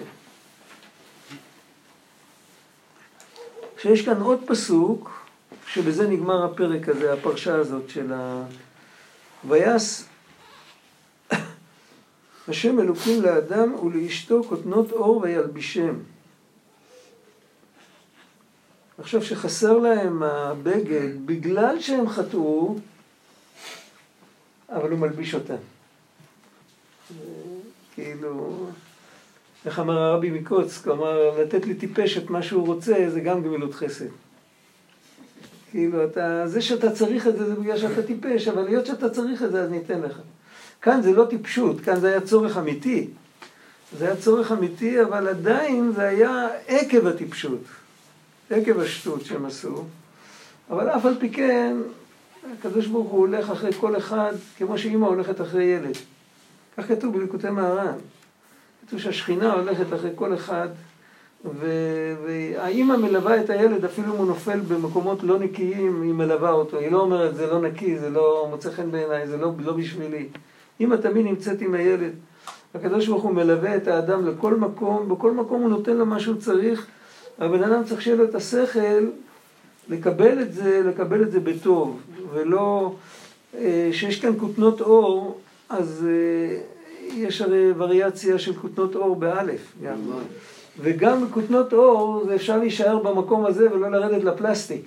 שיש כאן עוד פסוק, שבזה נגמר הפרק הזה, הפרשה הזאת של ה... ויעש השם אלוקים לאדם ולאשתו כותנות אור וילבישם. עכשיו שחסר להם הבגד בגלל שהם חטאו, אבל הוא מלביש אותם. כאילו, איך אמר הרבי מקוצק, אמר לתת לי טיפש את מה שהוא רוצה, זה גם גמילות חסד. כאילו, אתה, זה שאתה צריך את זה, זה בגלל שאתה טיפש, אבל להיות שאתה צריך את זה, אז ניתן לך. כאן זה לא טיפשות, כאן זה היה צורך אמיתי. זה היה צורך אמיתי, אבל עדיין זה היה עקב הטיפשות. עקב השטות שהם עשו. אבל אף על פי כן, הקדוש ברוך הוא הולך אחרי כל אחד, כמו שאמא הולכת אחרי ילד. כך כתוב בליקוטי מהר"ן. כתוב שהשכינה הולכת אחרי כל אחד, והאמא מלווה את הילד, אפילו אם הוא נופל במקומות לא נקיים, היא מלווה אותו. היא לא אומרת, זה לא נקי, זה לא מוצא חן בעיניי, זה לא, לא בשבילי. אמא תמיד נמצאת עם הילד. הקדוש ברוך הוא מלווה את האדם לכל מקום, בכל מקום הוא נותן לו מה שהוא צריך, הבן אדם צריך שיהיה לו את השכל לקבל את זה, לקבל את זה בטוב, ולא, שיש כאן כותנות אור, אז יש הרי וריאציה של כותנות אור באלף. וגם בכותנות אור זה אפשר להישאר במקום הזה ולא לרדת לפלסטיק.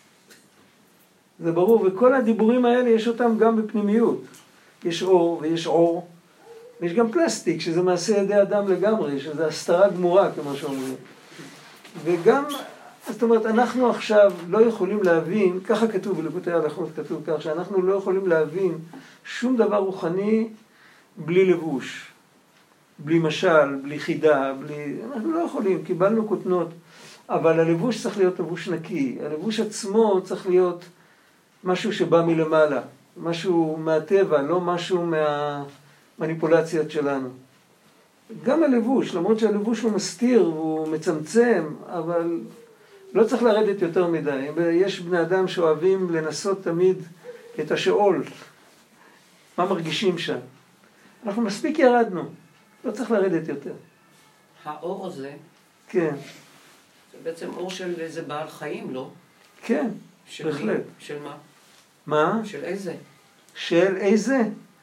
זה ברור, וכל הדיבורים האלה יש אותם גם בפנימיות. יש אור ויש אור, ויש גם פלסטיק, שזה מעשה ידי אדם לגמרי, שזה הסתרה גמורה, כמו שאומרים. וגם זאת אומרת, אנחנו עכשיו לא יכולים להבין, ככה כתוב בליקוטי ההלכות, כתוב כך, שאנחנו לא יכולים להבין שום דבר רוחני בלי לבוש, בלי משל, בלי חידה, בלי... אנחנו לא יכולים, קיבלנו כותנות, אבל הלבוש צריך להיות לבוש נקי, הלבוש עצמו צריך להיות משהו שבא מלמעלה, משהו מהטבע, לא משהו מהמניפולציות שלנו. גם הלבוש, למרות שהלבוש הוא מסתיר, הוא מצמצם, אבל לא צריך לרדת יותר מדי. יש בני אדם שאוהבים לנסות תמיד את השאול, מה מרגישים שם. אנחנו מספיק ירדנו, לא צריך לרדת יותר. האור הזה, כן. זה בעצם אור של איזה בעל חיים, לא? כן, של בהחלט. מי? של מה? מה? של איזה? של איזה?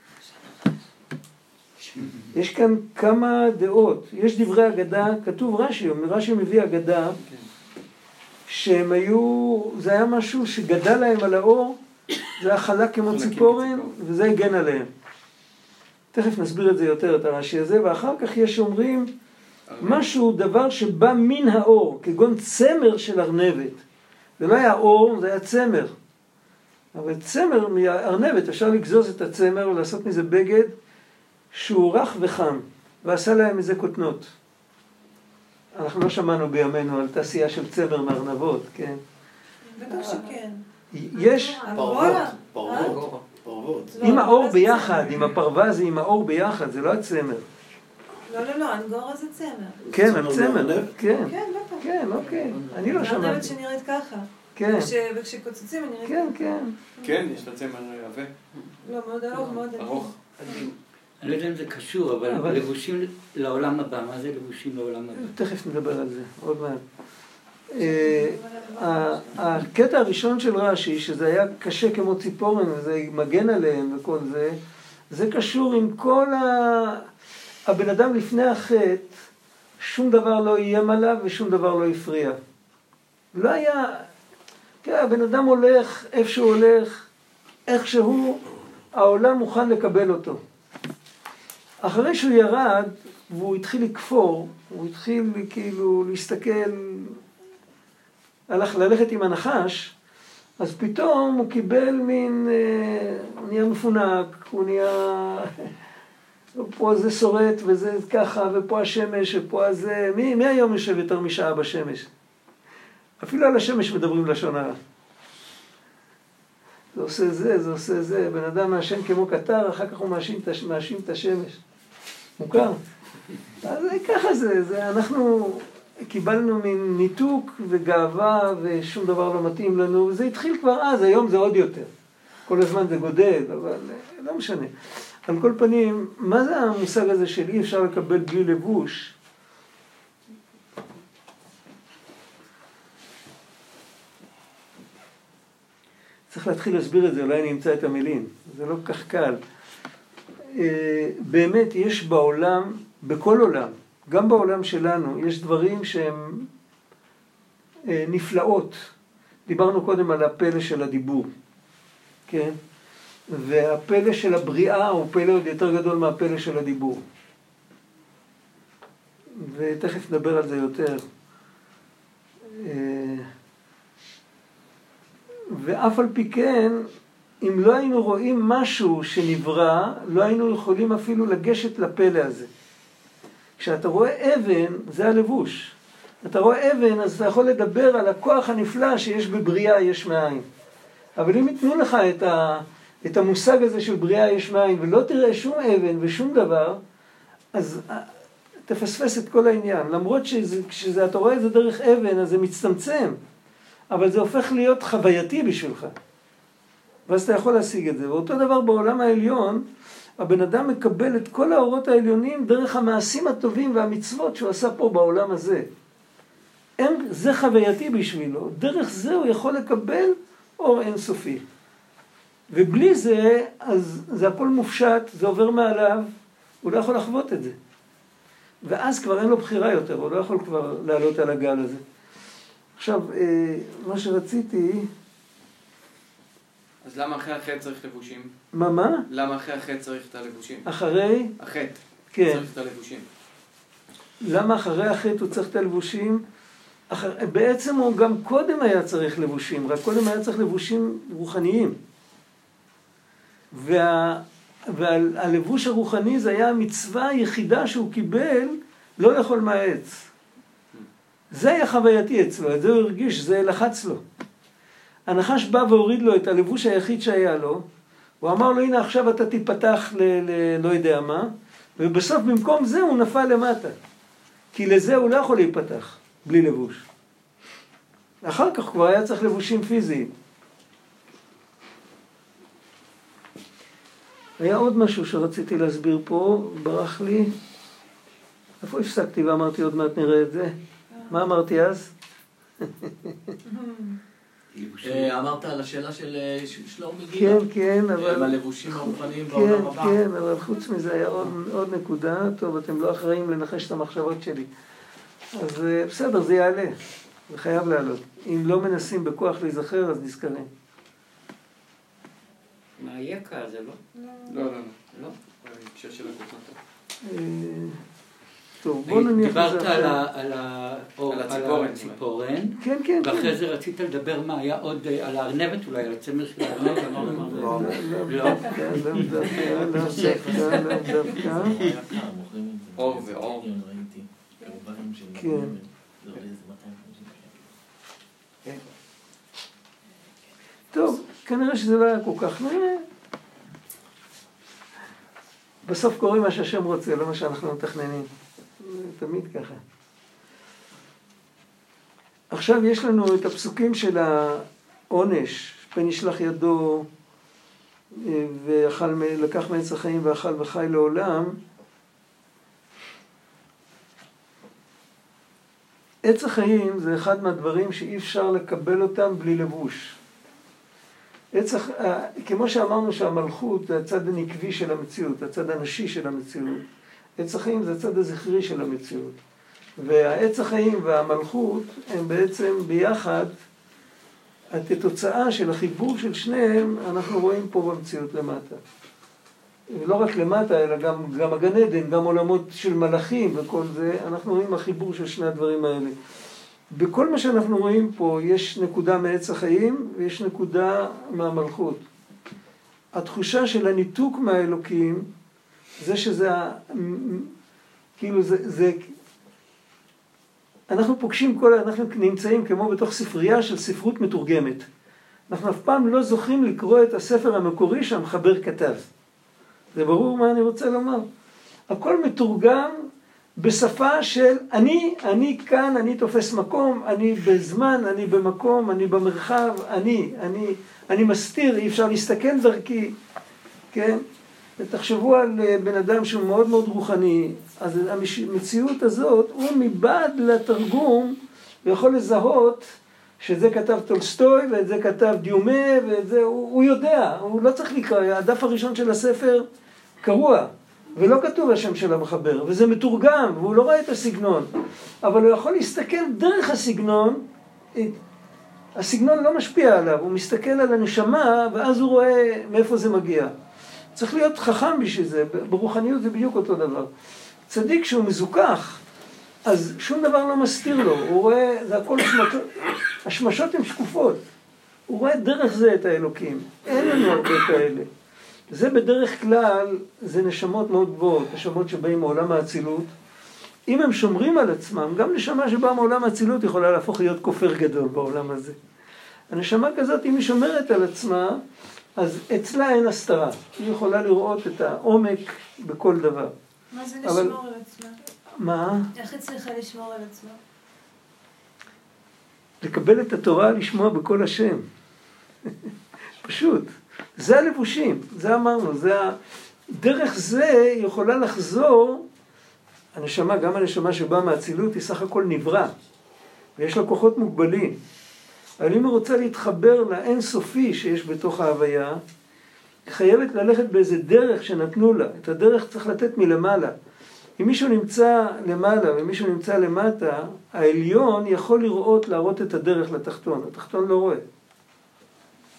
יש כאן כמה דעות. יש דברי אגדה, כתוב רש"י, רש"י מביא אגדה, שהם היו, זה היה משהו שגדל להם על האור, זה היה חלק כמו ציפורן, וזה הגן עליהם. תכף נסביר את זה יותר, את הרש"י הזה, ואחר כך יש אומרים משהו, דבר שבא מן האור, כגון צמר של ארנבת. זה לא היה אור, זה היה צמר. אבל צמר מהארנבת, אפשר לגזוז את הצמר ולעשות מזה בגד שהוא רך וחם, ועשה להם מזה כותנות. אנחנו לא שמענו בימינו על תעשייה של צמר מארנבות, כן? בטח שכן. יש... פרוות, פרוות, פרוות. עם האור ביחד, עם הפרווה זה עם האור ביחד, זה לא הצמר. לא, לא, לא, אנגורה זה צמר. כן, הצמר, כן. כן, בטח. כן, אוקיי. אני לא זה ארנבת שמעתי. שנראית ככה. כן. וכשקוצצים היא נראית כן, ככה. כן. כן, יש לה צמר עבה. לא, מאוד ארוך, מאוד עדין. ארוך. אני לא יודע אם זה קשור, אבל אבל- לבושים לעולם הבא. מה זה לבושים לעולם הבא? תכף נדבר על זה, עוד מעט. אה, ה- הקטע הראשון של רש"י, שזה היה קשה כמו ציפורן, וזה מגן עליהם וכל זה, זה קשור עם כל ה... הבן אדם לפני החטא, שום דבר לא איים עליו ושום דבר לא הפריע. לא היה... כן, הבן אדם הולך איפה שהוא הולך, איך שהוא, העולם מוכן לקבל אותו. אחרי שהוא ירד, והוא התחיל לקפור, הוא התחיל כאילו להסתכל, הלך ללכת עם הנחש, אז פתאום הוא קיבל מין, אה, הוא נהיה מפונק, הוא נהיה, פה זה שורט וזה ככה, ופה השמש, ופה הזה, מי, מי היום יושב יותר משעה בשמש? אפילו על השמש מדברים לשון הרע. זה עושה זה, זה עושה זה, בן אדם מאשם כמו קטר, אחר כך הוא מאשים, מאשים את השמש. מוכר. אז ככה זה, זה, אנחנו קיבלנו מין ניתוק וגאווה ושום דבר לא מתאים לנו, וזה התחיל כבר אז, היום זה עוד יותר. כל הזמן זה גודל, אבל לא משנה. על כל פנים, מה זה המושג הזה של אי אפשר לקבל בלי לבוש? צריך להתחיל להסביר את זה, אולי אני אמצא את המילים. זה לא כל כך קל. באמת יש בעולם, בכל עולם, גם בעולם שלנו, יש דברים שהם נפלאות. דיברנו קודם על הפלא של הדיבור, כן? והפלא של הבריאה הוא פלא עוד יותר גדול מהפלא של הדיבור. ותכף נדבר על זה יותר. ואף על פי כן, אם לא היינו רואים משהו שנברא, לא היינו יכולים אפילו לגשת לפלא הזה. כשאתה רואה אבן, זה הלבוש. אתה רואה אבן, אז אתה יכול לדבר על הכוח הנפלא שיש בבריאה יש מאין. אבל אם יתנו לך את, ה, את המושג הזה של בריאה יש מאין, ולא תראה שום אבן ושום דבר, אז תפספס את כל העניין. למרות שכשאתה רואה את זה דרך אבן, אז זה מצטמצם. אבל זה הופך להיות חווייתי בשבילך. ואז אתה יכול להשיג את זה. ואותו דבר בעולם העליון, הבן אדם מקבל את כל האורות העליונים דרך המעשים הטובים והמצוות שהוא עשה פה בעולם הזה. אין, זה חווייתי בשבילו. דרך זה הוא יכול לקבל אור אינסופי. ובלי זה, אז זה הכל מופשט, זה עובר מעליו, הוא לא יכול לחוות את זה. ואז כבר אין לו בחירה יותר, הוא לא יכול כבר לעלות על הגל הזה. עכשיו, מה שרציתי... אז למה אחרי החטא צריך לבושים? מה, מה? למה אחרי החטא צריך את הלבושים? אחרי? החטא. כן. צריך את הלבושים. למה אחרי החטא הוא צריך את הלבושים? בעצם הוא גם קודם היה צריך לבושים, רק קודם היה צריך לבושים רוחניים. וה, והלבוש הרוחני זה היה המצווה היחידה שהוא קיבל לא לאכול מהעץ. זה היה חווייתי אצלו, את זה הוא הרגיש, זה לחץ לו. הנחש בא והוריד לו את הלבוש היחיד שהיה לו, הוא אמר לו, הנה עכשיו אתה תיפתח ל, ל, לא יודע מה, ובסוף במקום זה הוא נפל למטה. כי לזה הוא לא יכול להיפתח, בלי לבוש. אחר כך כבר היה צריך לבושים פיזיים. היה עוד משהו שרציתי להסביר פה, ברח לי. איפה הפסקתי ואמרתי עוד מעט נראה את זה? מה אמרתי אז? אמרת על השאלה של שלומי גילה. כן, כן, אבל... הלבושים הרוחניים בעולם הבא. כן, כן, אבל חוץ מזה היה עוד נקודה. טוב, אתם לא אחראים לנחש את המחשבות שלי. אז בסדר, זה יעלה. זה חייב לעלות. אם לא מנסים בכוח להיזכר, אז נזכרים. מה היקע הזה, לא? לא, לא, לא. לא? בהקשר של הקופנטה. טוב, בוא נניח... דיברת על הציפורן. הציפורן. כן, כן. ואחרי זה רצית לדבר מה היה עוד על הארנבת אולי, על הצמר של הארנבת. לא, לא דווקא, לא דווקא, לא דווקא, לא דווקא. אור ואור. כן. טוב, כנראה שזה לא היה כל כך נראה. בסוף קוראים מה שהשם רוצה, לא מה שאנחנו מתכננים. תמיד ככה. עכשיו יש לנו את הפסוקים של העונש, פן ישלח ידו ולקח מעץ החיים ואכל וחי לעולם. עץ החיים זה אחד מהדברים שאי אפשר לקבל אותם בלי לבוש. עץ, כמו שאמרנו שהמלכות זה הצד הנקבי של המציאות, הצד הנשי של המציאות. עץ החיים זה הצד הזכרי של המציאות. והעץ החיים והמלכות הם בעצם ביחד, את התוצאה של החיבור של שניהם אנחנו רואים פה במציאות למטה. לא רק למטה, אלא גם, גם הגן עדן, גם עולמות של מלאכים וכל זה, אנחנו רואים החיבור של שני הדברים האלה. בכל מה שאנחנו רואים פה יש נקודה מעץ החיים ויש נקודה מהמלכות. התחושה של הניתוק מהאלוקים, זה שזה, כאילו זה, זה, אנחנו פוגשים כל, אנחנו נמצאים כמו בתוך ספרייה של ספרות מתורגמת. אנחנו אף פעם לא זוכים לקרוא את הספר המקורי שהמחבר כתב. זה ברור מה אני רוצה לומר. הכל מתורגם בשפה של אני, אני כאן, אני תופס מקום, אני בזמן, אני במקום, אני במרחב, אני, אני, אני מסתיר, אי אפשר להסתכל דרכי, כן? ותחשבו על בן אדם שהוא מאוד מאוד רוחני, אז המציאות הזאת, הוא מבעד לתרגום, ויכול לזהות שזה כתב טולסטוי, ואת זה כתב דיומה, ואת זה, הוא, הוא יודע, הוא לא צריך לקרוא, הדף הראשון של הספר קרוע, ולא כתוב השם של המחבר, וזה מתורגם, והוא לא רואה את הסגנון, אבל הוא יכול להסתכל דרך הסגנון, הסגנון לא משפיע עליו, הוא מסתכל על הנשמה, ואז הוא רואה מאיפה זה מגיע. צריך להיות חכם בשביל זה, ברוחניות זה בדיוק אותו דבר. צדיק שהוא מזוכח, אז שום דבר לא מסתיר לו, הוא רואה, זה הכל שמשות, השמשות הן שקופות, הוא רואה דרך זה את האלוקים, אין לנו הרבה כאלה. זה בדרך כלל, זה נשמות מאוד גבוהות, נשמות שבאים מעולם האצילות. אם הם שומרים על עצמם, גם נשמה שבאה מעולם האצילות יכולה להפוך להיות כופר גדול בעולם הזה. הנשמה כזאת, אם היא שומרת על עצמה, אז אצלה אין הסתרה. היא יכולה לראות את העומק בכל דבר. מה זה לשמור אבל... על עצמה? מה? איך היא צריכה לשמור על עצמה? לקבל את התורה, לשמוע בכל השם. פשוט. זה הלבושים, זה אמרנו, זה ה... דרך זה יכולה לחזור, הנשמה, גם הנשמה שבאה מהאצילות, היא סך הכל נברא, ויש לה כוחות מוגבלים. אבל אם היא רוצה להתחבר לאין סופי שיש בתוך ההוויה, היא חייבת ללכת באיזה דרך שנתנו לה. את הדרך צריך לתת מלמעלה. אם מישהו נמצא למעלה ומישהו נמצא למטה, העליון יכול לראות, להראות את הדרך לתחתון. התחתון לא רואה.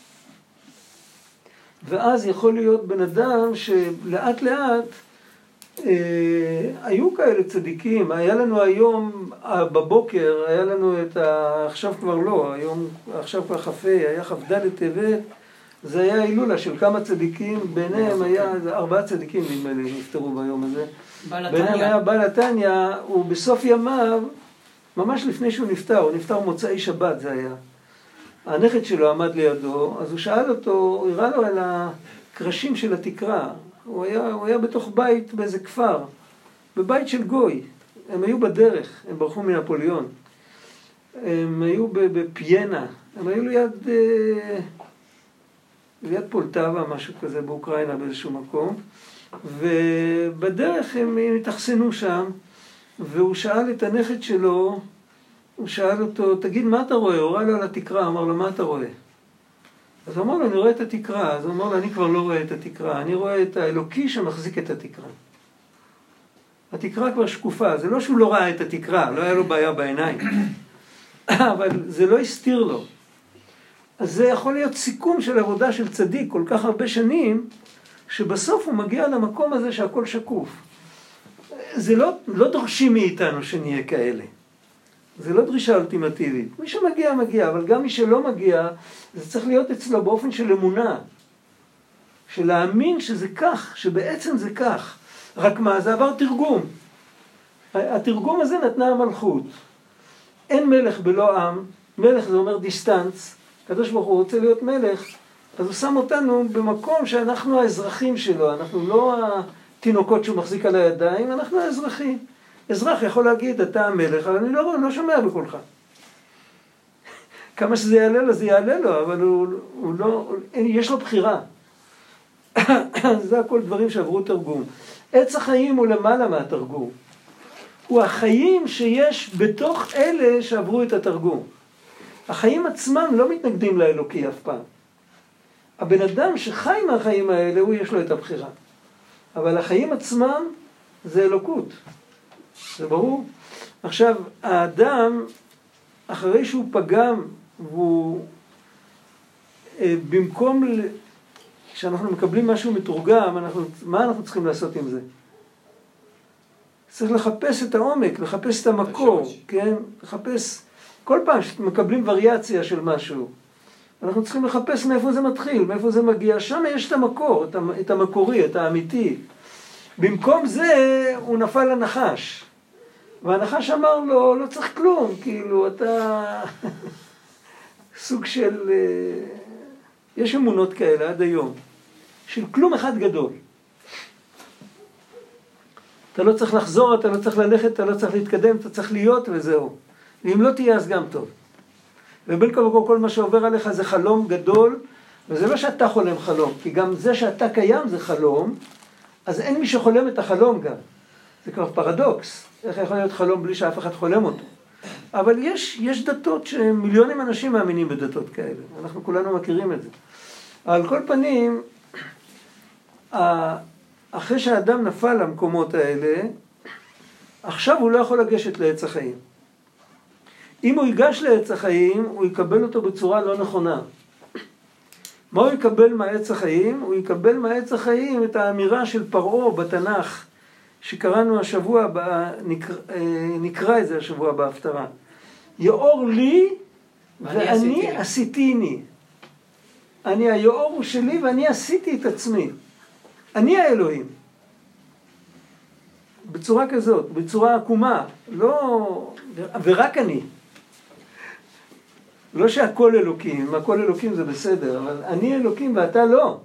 ואז יכול להיות בן אדם שלאט לאט היו כאלה צדיקים, היה לנו היום, בבוקר, היה לנו את ה... עכשיו כבר לא, היום, עכשיו כבר חפה, היה כ"ד טבת, זה היה הילולה של כמה צדיקים, ביניהם היה ארבעה צדיקים, נדמה לי, נפטרו ביום הזה. ביניהם היה בעל התניא, הוא בסוף ימיו, ממש לפני שהוא נפטר, הוא נפטר מוצאי שבת זה היה. הנכד שלו עמד לידו, אז הוא שאל אותו, הוא הראה לו על הקרשים של התקרה, הוא היה, הוא היה בתוך בית באיזה כפר, בבית של גוי, הם היו בדרך, הם ברחו מנפוליאון, הם היו בפיינה, הם היו ליד, ליד פולטבה, משהו כזה, באוקראינה באיזשהו מקום, ובדרך הם התאכסנו שם, והוא שאל את הנכד שלו, הוא שאל אותו, תגיד מה אתה רואה? הוא ראה לו על התקרה, אמר לו, מה אתה רואה? אז הוא אמר לו, אני רואה את התקרה. אז הוא אמר לו, אני כבר לא רואה את התקרה, אני רואה את האלוקי שמחזיק את התקרה. התקרה כבר שקופה, זה לא שהוא לא ראה את התקרה, לא היה לו בעיה בעיניים, אבל זה לא הסתיר לו. אז זה יכול להיות סיכום של עבודה של צדיק כל כך הרבה שנים, שבסוף הוא מגיע למקום הזה שהכל שקוף. זה לא, לא דורשים מאיתנו שנהיה כאלה. זה לא דרישה אולטימטיבית. מי שמגיע, מגיע, אבל גם מי שלא מגיע, זה צריך להיות אצלו באופן של אמונה. של להאמין שזה כך, שבעצם זה כך. רק מה, זה עבר תרגום. התרגום הזה נתנה המלכות. אין מלך בלא עם, מלך זה אומר דיסטנס, הקדוש ברוך הוא רוצה להיות מלך, אז הוא שם אותנו במקום שאנחנו האזרחים שלו, אנחנו לא התינוקות שהוא מחזיק על הידיים, אנחנו האזרחים. אזרח יכול להגיד, אתה המלך, אבל אני לא, לא שומע בקולך. כמה שזה יעלה לו, זה יעלה לו, אבל הוא, הוא לא, יש לו בחירה. זה הכל דברים שעברו תרגום. עץ החיים הוא למעלה מהתרגום. הוא החיים שיש בתוך אלה שעברו את התרגום. החיים עצמם לא מתנגדים לאלוקי אף פעם. הבן אדם שחי מהחיים האלה, הוא יש לו את הבחירה. אבל החיים עצמם זה אלוקות. זה ברור? עכשיו, האדם, אחרי שהוא פגם, והוא, במקום, כשאנחנו מקבלים משהו מתורגם, אנחנו, מה אנחנו צריכים לעשות עם זה? צריך לחפש את העומק, לחפש את המקור, כן? לחפש, כל פעם שמקבלים וריאציה של משהו, אנחנו צריכים לחפש מאיפה זה מתחיל, מאיפה זה מגיע, שם יש את המקור, את המקורי, את האמיתי. במקום זה, הוא נפל לנחש. והנחש אמר לו, לא צריך כלום, כאילו, אתה סוג של, יש אמונות כאלה עד היום, של כלום אחד גדול. אתה לא צריך לחזור, אתה לא צריך ללכת, אתה לא צריך להתקדם, אתה צריך להיות וזהו. ואם לא תהיה, אז גם טוב. ובין כה וכה כל מה שעובר עליך זה חלום גדול, וזה לא שאתה חולם חלום, כי גם זה שאתה קיים זה חלום, אז אין מי שחולם את החלום גם. זה כבר פרדוקס. איך יכול להיות חלום בלי שאף אחד חולם אותו? אבל יש, יש דתות שמיליונים אנשים מאמינים בדתות כאלה. אנחנו כולנו מכירים את זה. על כל פנים, אחרי שהאדם נפל למקומות האלה, עכשיו הוא לא יכול לגשת לעץ החיים. אם הוא ייגש לעץ החיים, הוא יקבל אותו בצורה לא נכונה. מה הוא יקבל מהעץ החיים? הוא יקבל מהעץ החיים את האמירה של פרעה בתנ"ך, שקראנו השבוע, נקרא, נקרא את זה השבוע בהפטרה. יאור לי ואני עשיתיני. אני היאור הוא שלי ואני עשיתי את עצמי. אני האלוהים. בצורה כזאת, בצורה עקומה, לא, ורק אני. לא שהכל אלוקים, אם הכל אלוקים זה בסדר, אבל אני אלוקים ואתה לא.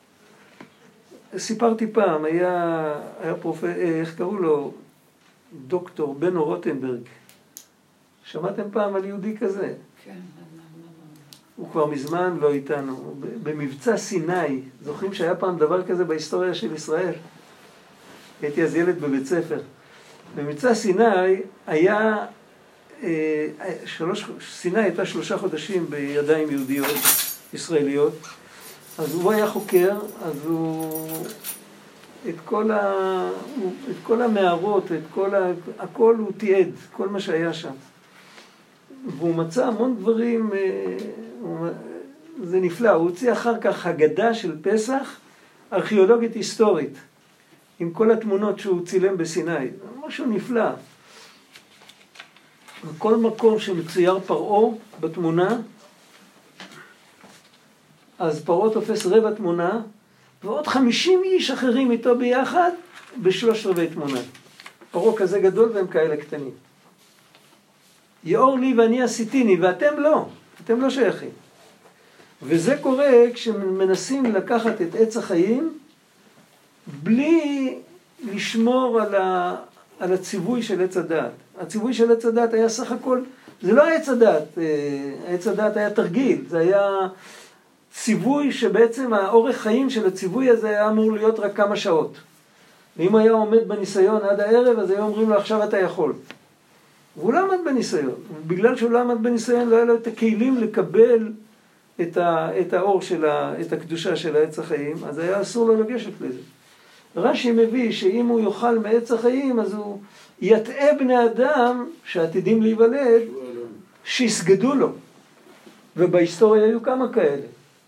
סיפרתי פעם, היה, היה פרופ... איך קראו לו? דוקטור בנו רוטנברג. שמעתם פעם על יהודי כזה? כן. הוא כבר מזמן לא איתנו. במבצע סיני, זוכרים שהיה פעם דבר כזה בהיסטוריה של ישראל? הייתי אז ילד בבית ספר. במבצע סיני היה, שלוש, סיני הייתה שלושה חודשים בידיים יהודיות, ישראליות. אז הוא היה חוקר, אז הוא, את כל, ה, את כל המערות, את כל ה, הכל הוא תיעד, כל מה שהיה שם. והוא מצא המון דברים, זה נפלא, הוא הוציא אחר כך הגדה של פסח, ארכיאולוגית היסטורית. עם כל התמונות שהוא צילם בסיני. משהו נפלא. בכל מקום שמצויר פרעה בתמונה, אז פרעה תופס רבע תמונה, ועוד חמישים איש אחרים איתו ביחד בשלושת רבעי תמונה. פרעה כזה גדול והם כאלה קטנים. יאור לי ואני עשיתיני, ואתם לא, אתם לא שייכים. וזה קורה כשמנסים לקחת את עץ החיים, בלי לשמור על, ה, על הציווי של עץ הדעת. הציווי של עץ הדעת היה סך הכל, זה לא עץ הדעת, עץ הדעת היה תרגיל, זה היה ציווי שבעצם האורך חיים של הציווי הזה היה אמור להיות רק כמה שעות. ואם היה עומד בניסיון עד הערב, אז היו אומרים לו עכשיו אתה יכול. והוא לא עמד בניסיון. בגלל שהוא לא עמד בניסיון, לא היה לו את הכלים לקבל את, ה, את האור של ה, את הקדושה של העץ החיים, אז היה אסור לו לגשת לזה. רש"י מביא שאם הוא יאכל מעץ החיים, אז הוא יטעה בני אדם שעתידים להיוולד, שיסגדו לו. ובהיסטוריה היו כמה כאלה.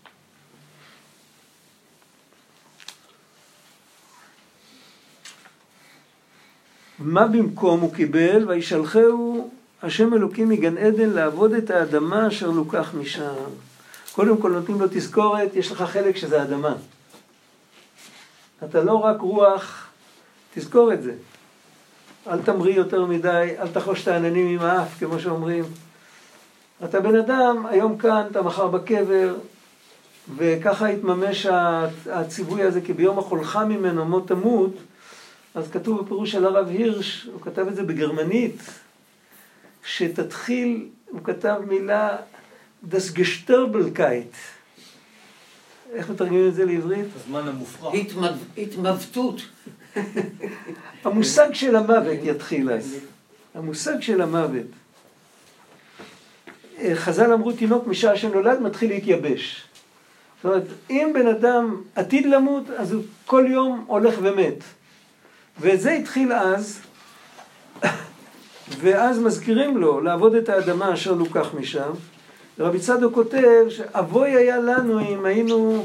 מה במקום הוא קיבל? וישלחהו השם אלוקים מגן עדן לעבוד את האדמה אשר לוקח משם. קודם כל נותנים לו תזכורת, יש לך חלק שזה אדמה. אתה לא רק רוח, תזכור את זה. אל תמריא יותר מדי, אל תחוש את העננים עם האף, כמו שאומרים. אתה בן אדם, היום כאן, אתה מחר בקבר, וככה התממש הציווי הזה, כי ביום החולך ממנו מות תמות, אז כתוב בפירוש של הרב הירש, הוא כתב את זה בגרמנית, שתתחיל, הוא כתב מילה, das Gestorbenkeit. איך מתרגמים את זה לעברית? הזמן המופרח. התמוותות. המושג של המוות יתחיל אז. המושג של המוות. חז"ל אמרו תינוק משעה שנולד מתחיל להתייבש. זאת אומרת, אם בן אדם עתיד למות, אז הוא כל יום הולך ומת. וזה התחיל אז, ואז מזכירים לו לעבוד את האדמה אשר לוקח משם. רבי צדוק כותב שאבוי היה לנו אם היינו,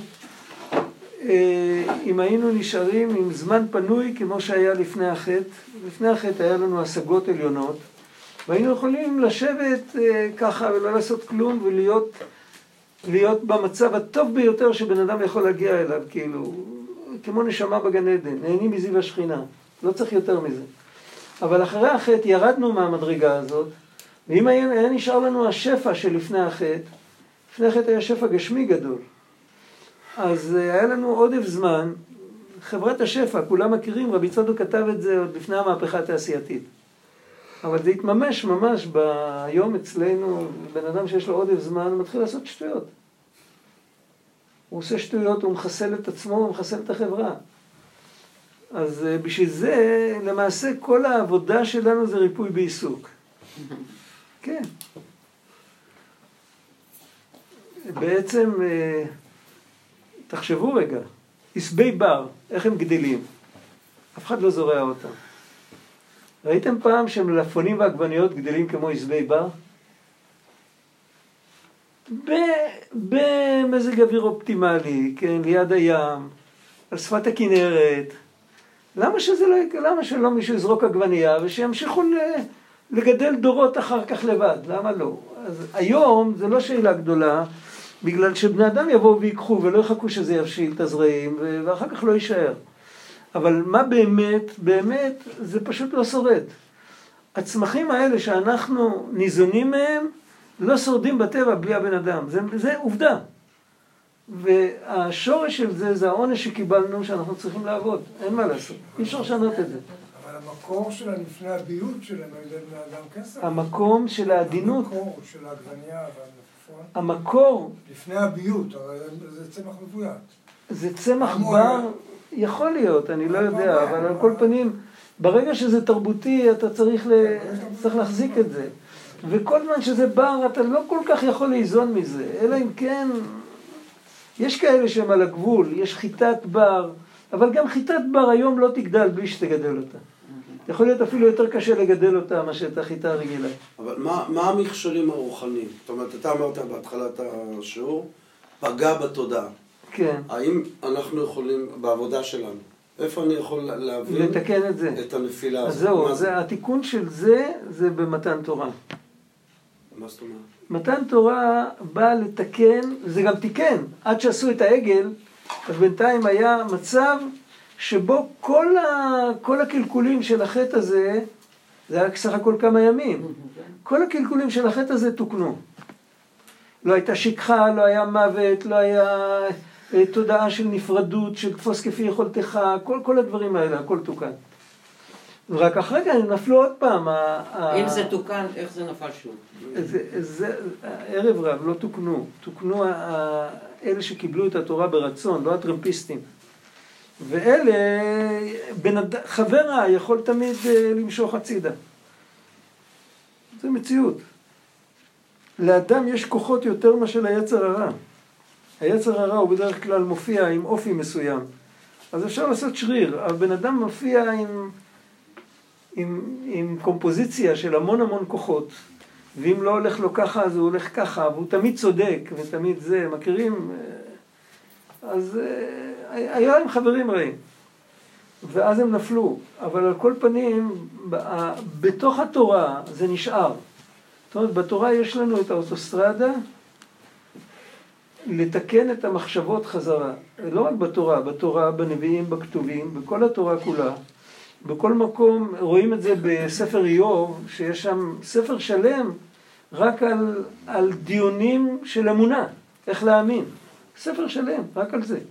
אם היינו נשארים עם זמן פנוי כמו שהיה לפני החטא. לפני החטא היה לנו השגות עליונות, והיינו יכולים לשבת ככה ולא לעשות כלום ולהיות להיות במצב הטוב ביותר שבן אדם יכול להגיע אליו, כאילו, כמו נשמה בגן עדן, נהנים מזיו השכינה, לא צריך יותר מזה. אבל אחרי החטא ירדנו מהמדרגה הזאת, ואם היה, היה נשאר לנו השפע שלפני החטא, לפני החטא היה שפע גשמי גדול, אז היה לנו עודף זמן, חברת השפע, כולם מכירים, רבי צדוק כתב את זה עוד לפני המהפכה התעשייתית. אבל זה התממש ממש ביום אצלנו, בן אדם שיש לו עודף זמן, הוא מתחיל לעשות שטויות. הוא עושה שטויות, הוא מחסל את עצמו, הוא מחסל את החברה. אז בשביל זה, למעשה, כל העבודה שלנו זה ריפוי בעיסוק. כן. בעצם, תחשבו רגע, עשבי בר, איך הם גדלים? אף אחד לא זורע אותם. ראיתם פעם שמלפפונים ועגבניות גדלים כמו עשבי בר? במזג אוויר אופטימלי, כן, ליד הים, על שפת הכנרת. למה שזה לא, למה שלא מישהו יזרוק עגבנייה ושימשיכו לגדל דורות אחר כך לבד? למה לא? אז היום זה לא שאלה גדולה, בגלל שבני אדם יבואו ויקחו ולא יחכו שזה יבשיל את הזרעים ואחר כך לא יישאר. אבל מה באמת? באמת זה פשוט לא שורד. הצמחים האלה שאנחנו ניזונים מהם לא שורדים בטבע בלי הבן אדם. זה, זה עובדה. והשורש של זה זה העונש שקיבלנו שאנחנו צריכים לעבוד. אין מה לעשות. אי אפשר לשנות את זה. אבל המקור של לפני הביות שלהם על ידי בני אדם כסף. המקום של העדינות. המקור של העגבנייה והמלפפון. המקור. לפני הביות, הרי זה צמח מבוית. זה צמח בר, יכול להיות, אני לא יודע, אבל על כל פנים, ברגע שזה תרבותי, אתה צריך, ל... צריך להחזיק את זה. וכל זמן שזה בר, אתה לא כל כך יכול לאיזון מזה, אלא אם כן, יש כאלה שהם על הגבול, יש חיטת בר, אבל גם חיטת בר היום לא תגדל בלי שתגדל אותה. יכול להיות אפילו יותר קשה לגדל אותה מאשר את החיטה הרגילה. אבל מה, מה המכשולים הרוחניים? זאת אומרת, אתה אמרת בהתחלת השיעור, פגע בתודעה. כן. האם אנחנו יכולים, בעבודה שלנו, איפה אני יכול להבין לתקן את זה. את הנפילה הזאת? אז זהו, מה זה, התיקון של זה, זה במתן תורה. מה זאת אומרת? מתן תורה בא לתקן, זה גם תיקן, עד שעשו את העגל, אז בינתיים היה מצב שבו כל, ה, כל הקלקולים של החטא הזה, זה היה סך הכל כמה ימים, כל הקלקולים של החטא הזה תוקנו. לא הייתה שכחה, לא היה מוות, לא היה תודעה של נפרדות, של תפוס כפי יכולתך, כל, כל הדברים האלה, הכל תוקן. ורק אחרי כן נפלו עוד פעם. אם זה תוקן, איך זה נפל שוב? זה, זה, ערב רב לא תוקנו, תוקנו אלה שקיבלו את התורה ברצון, לא הטרמפיסטים. ואלה, בנד... חבר רע יכול תמיד למשוך הצידה. זה מציאות. לאדם יש כוחות יותר מאשר ליצר הרע. היצר הרע הוא בדרך כלל מופיע עם אופי מסוים. אז אפשר לעשות שריר, אבל בן אדם מופיע עם, עם, עם קומפוזיציה של המון המון כוחות. ואם לא הולך לו ככה, אז הוא הולך ככה, והוא תמיד צודק, ותמיד זה, מכירים? אז היו להם חברים רעים. ואז הם נפלו. אבל על כל פנים, בתוך התורה זה נשאר. זאת אומרת, בתורה יש לנו את האוטוסטרדה לתקן את המחשבות חזרה. לא רק בתורה, בתורה, בנביאים, בכתובים, בכל התורה כולה. בכל מקום רואים את זה בספר איוב, שיש שם ספר שלם רק על, על דיונים של אמונה, איך להאמין. ספר שלם, רק על זה.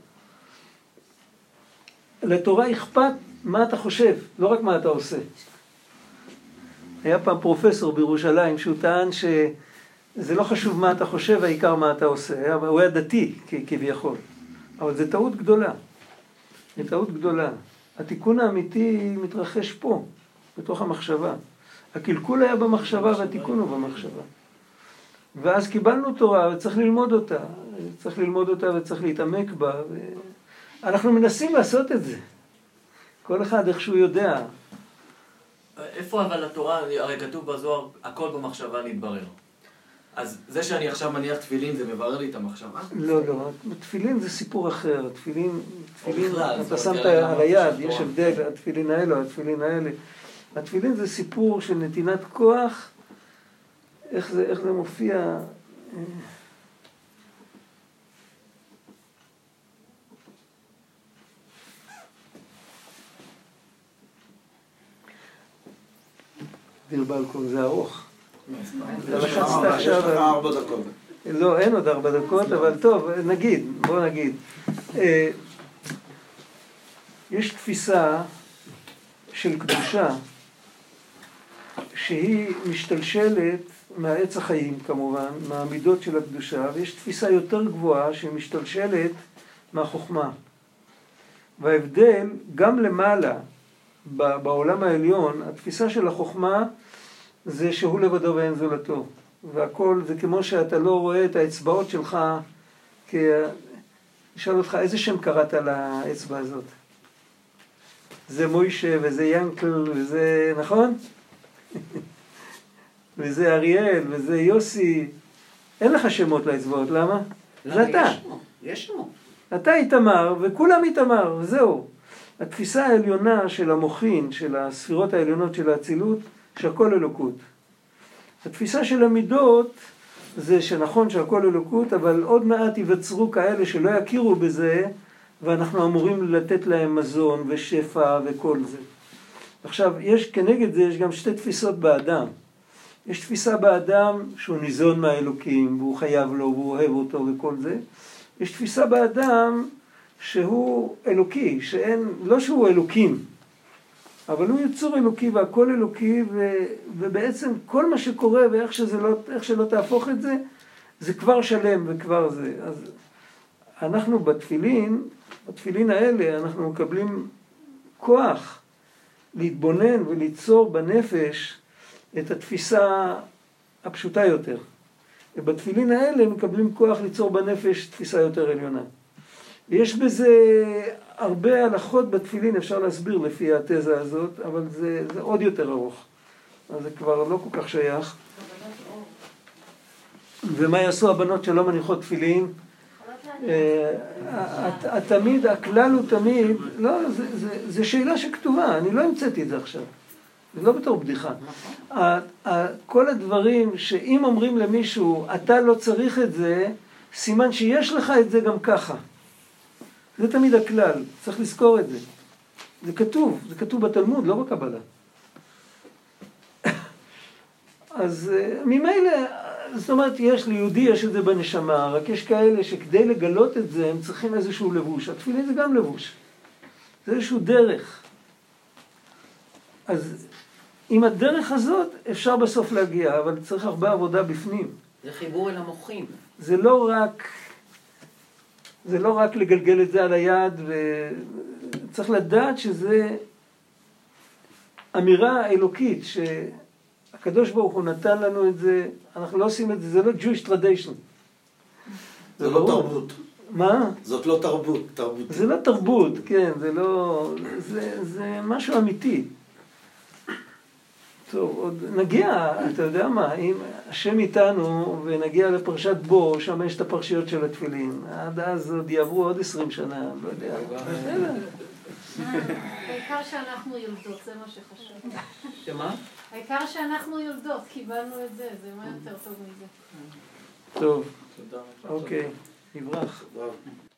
לתורה אכפת מה אתה חושב, לא רק מה אתה עושה. היה פעם פרופסור בירושלים שהוא טען שזה לא חשוב מה אתה חושב, העיקר מה אתה עושה. הוא היה דתי כביכול. אבל זה טעות גדולה. זה טעות גדולה. התיקון האמיתי מתרחש פה, בתוך המחשבה. הקלקול היה במחשבה והתיקון הוא במחשבה. ואז קיבלנו תורה וצריך ללמוד אותה. צריך ללמוד אותה וצריך להתעמק בה. ו... אנחנו מנסים לעשות את זה. כל אחד איך שהוא יודע. איפה אבל התורה, הרי כתוב בזוהר, הכל במחשבה נתברר. אז זה שאני עכשיו מניח תפילין, זה מברר לי את המחשבה? לא, לא. תפילין זה סיפור אחר. תפילין, תפילין, אתה שמת על היד, יש הבדל, התפילין האלה, התפילין האלה. התפילין זה סיפור של נתינת כוח, איך זה, איך זה מופיע... דיר בלקום זה ארוך. יש לך ארבע דקות. לא, אין עוד ארבע דקות, אבל טוב, נגיד, בוא נגיד. יש תפיסה של קדושה שהיא משתלשלת מהעץ החיים כמובן, מהמידות של הקדושה, ויש תפיסה יותר גבוהה שהיא משתלשלת מהחוכמה. וההבדל גם למעלה, בעולם העליון, התפיסה של החוכמה זה שהוא לבדו ואין זולתו. והכל זה כמו שאתה לא רואה את האצבעות שלך, כי... נשאל אותך, איזה שם קראת לאצבע הזאת? זה מוישה וזה ינקל וזה, נכון? וזה אריאל וזה יוסי. אין לך שמות לאצבעות, למה? זה אתה. יש שמות. אתה איתמר וכולם איתמר, וזהו. התפיסה העליונה של המוחין, של הספירות העליונות של האצילות, שהכל אלוקות. התפיסה של המידות זה שנכון שהכל אלוקות, אבל עוד מעט ייווצרו כאלה שלא יכירו בזה, ואנחנו אמורים לתת להם מזון ושפע וכל זה. עכשיו, יש כנגד זה, יש גם שתי תפיסות באדם. יש תפיסה באדם שהוא ניזון מהאלוקים, והוא חייב לו, והוא אוהב אותו וכל זה. יש תפיסה באדם שהוא אלוקי, שאין, לא שהוא אלוקים, אבל הוא יצור אלוקי והכל אלוקי, ו, ובעצם כל מה שקורה ואיך שזה לא, איך שלא תהפוך את זה, זה כבר שלם וכבר זה. אז אנחנו בתפילין, בתפילין האלה, אנחנו מקבלים כוח להתבונן וליצור בנפש את התפיסה הפשוטה יותר. ובתפילין האלה מקבלים כוח ליצור בנפש תפיסה יותר עליונה. ויש בזה הרבה הלכות בתפילין, אפשר להסביר לפי התזה הזאת, אבל זה, זה עוד יותר ארוך. אז זה כבר לא כל כך שייך. ומה יעשו הבנות שלא מניחות תפילין? תמיד, הכלל הוא תמיד, לא, זה שאלה שכתובה, אני לא המצאתי את זה עכשיו. זה לא בתור בדיחה. כל הדברים שאם אומרים למישהו, אתה לא צריך את זה, סימן שיש לך את זה גם ככה. זה תמיד הכלל, צריך לזכור את זה. זה כתוב, זה כתוב בתלמוד, לא בקבלה. אז ממילא, זאת אומרת, יש ליהודי, יש את זה בנשמה, רק יש כאלה שכדי לגלות את זה, הם צריכים איזשהו לבוש. התפילין זה גם לבוש. זה איזשהו דרך. אז עם הדרך הזאת אפשר בסוף להגיע, אבל צריך הרבה עבודה בפנים. זה חיבור אל המוחים. זה לא רק, זה לא רק לגלגל את זה על היד, וצריך לדעת שזה אמירה אלוקית, שהקדוש ברוך הוא נתן לנו את זה, אנחנו לא עושים את זה, זה לא Jewish tradition. זה לא תרבות. מה? זאת לא תרבות, תרבות. זה לא תרבות, כן, זה לא, זה, זה משהו אמיתי. טוב, עוד נגיע, אתה יודע מה, אם השם איתנו ונגיע לפרשת בו, שם יש את הפרשיות של התפילין. עד אז עוד יעברו עוד עשרים שנה, לא יודע. העיקר שאנחנו יולדות, זה מה שחשוב. שמה? העיקר שאנחנו יולדות, קיבלנו את זה, זה מה יותר טוב מזה. טוב, אוקיי, נברח.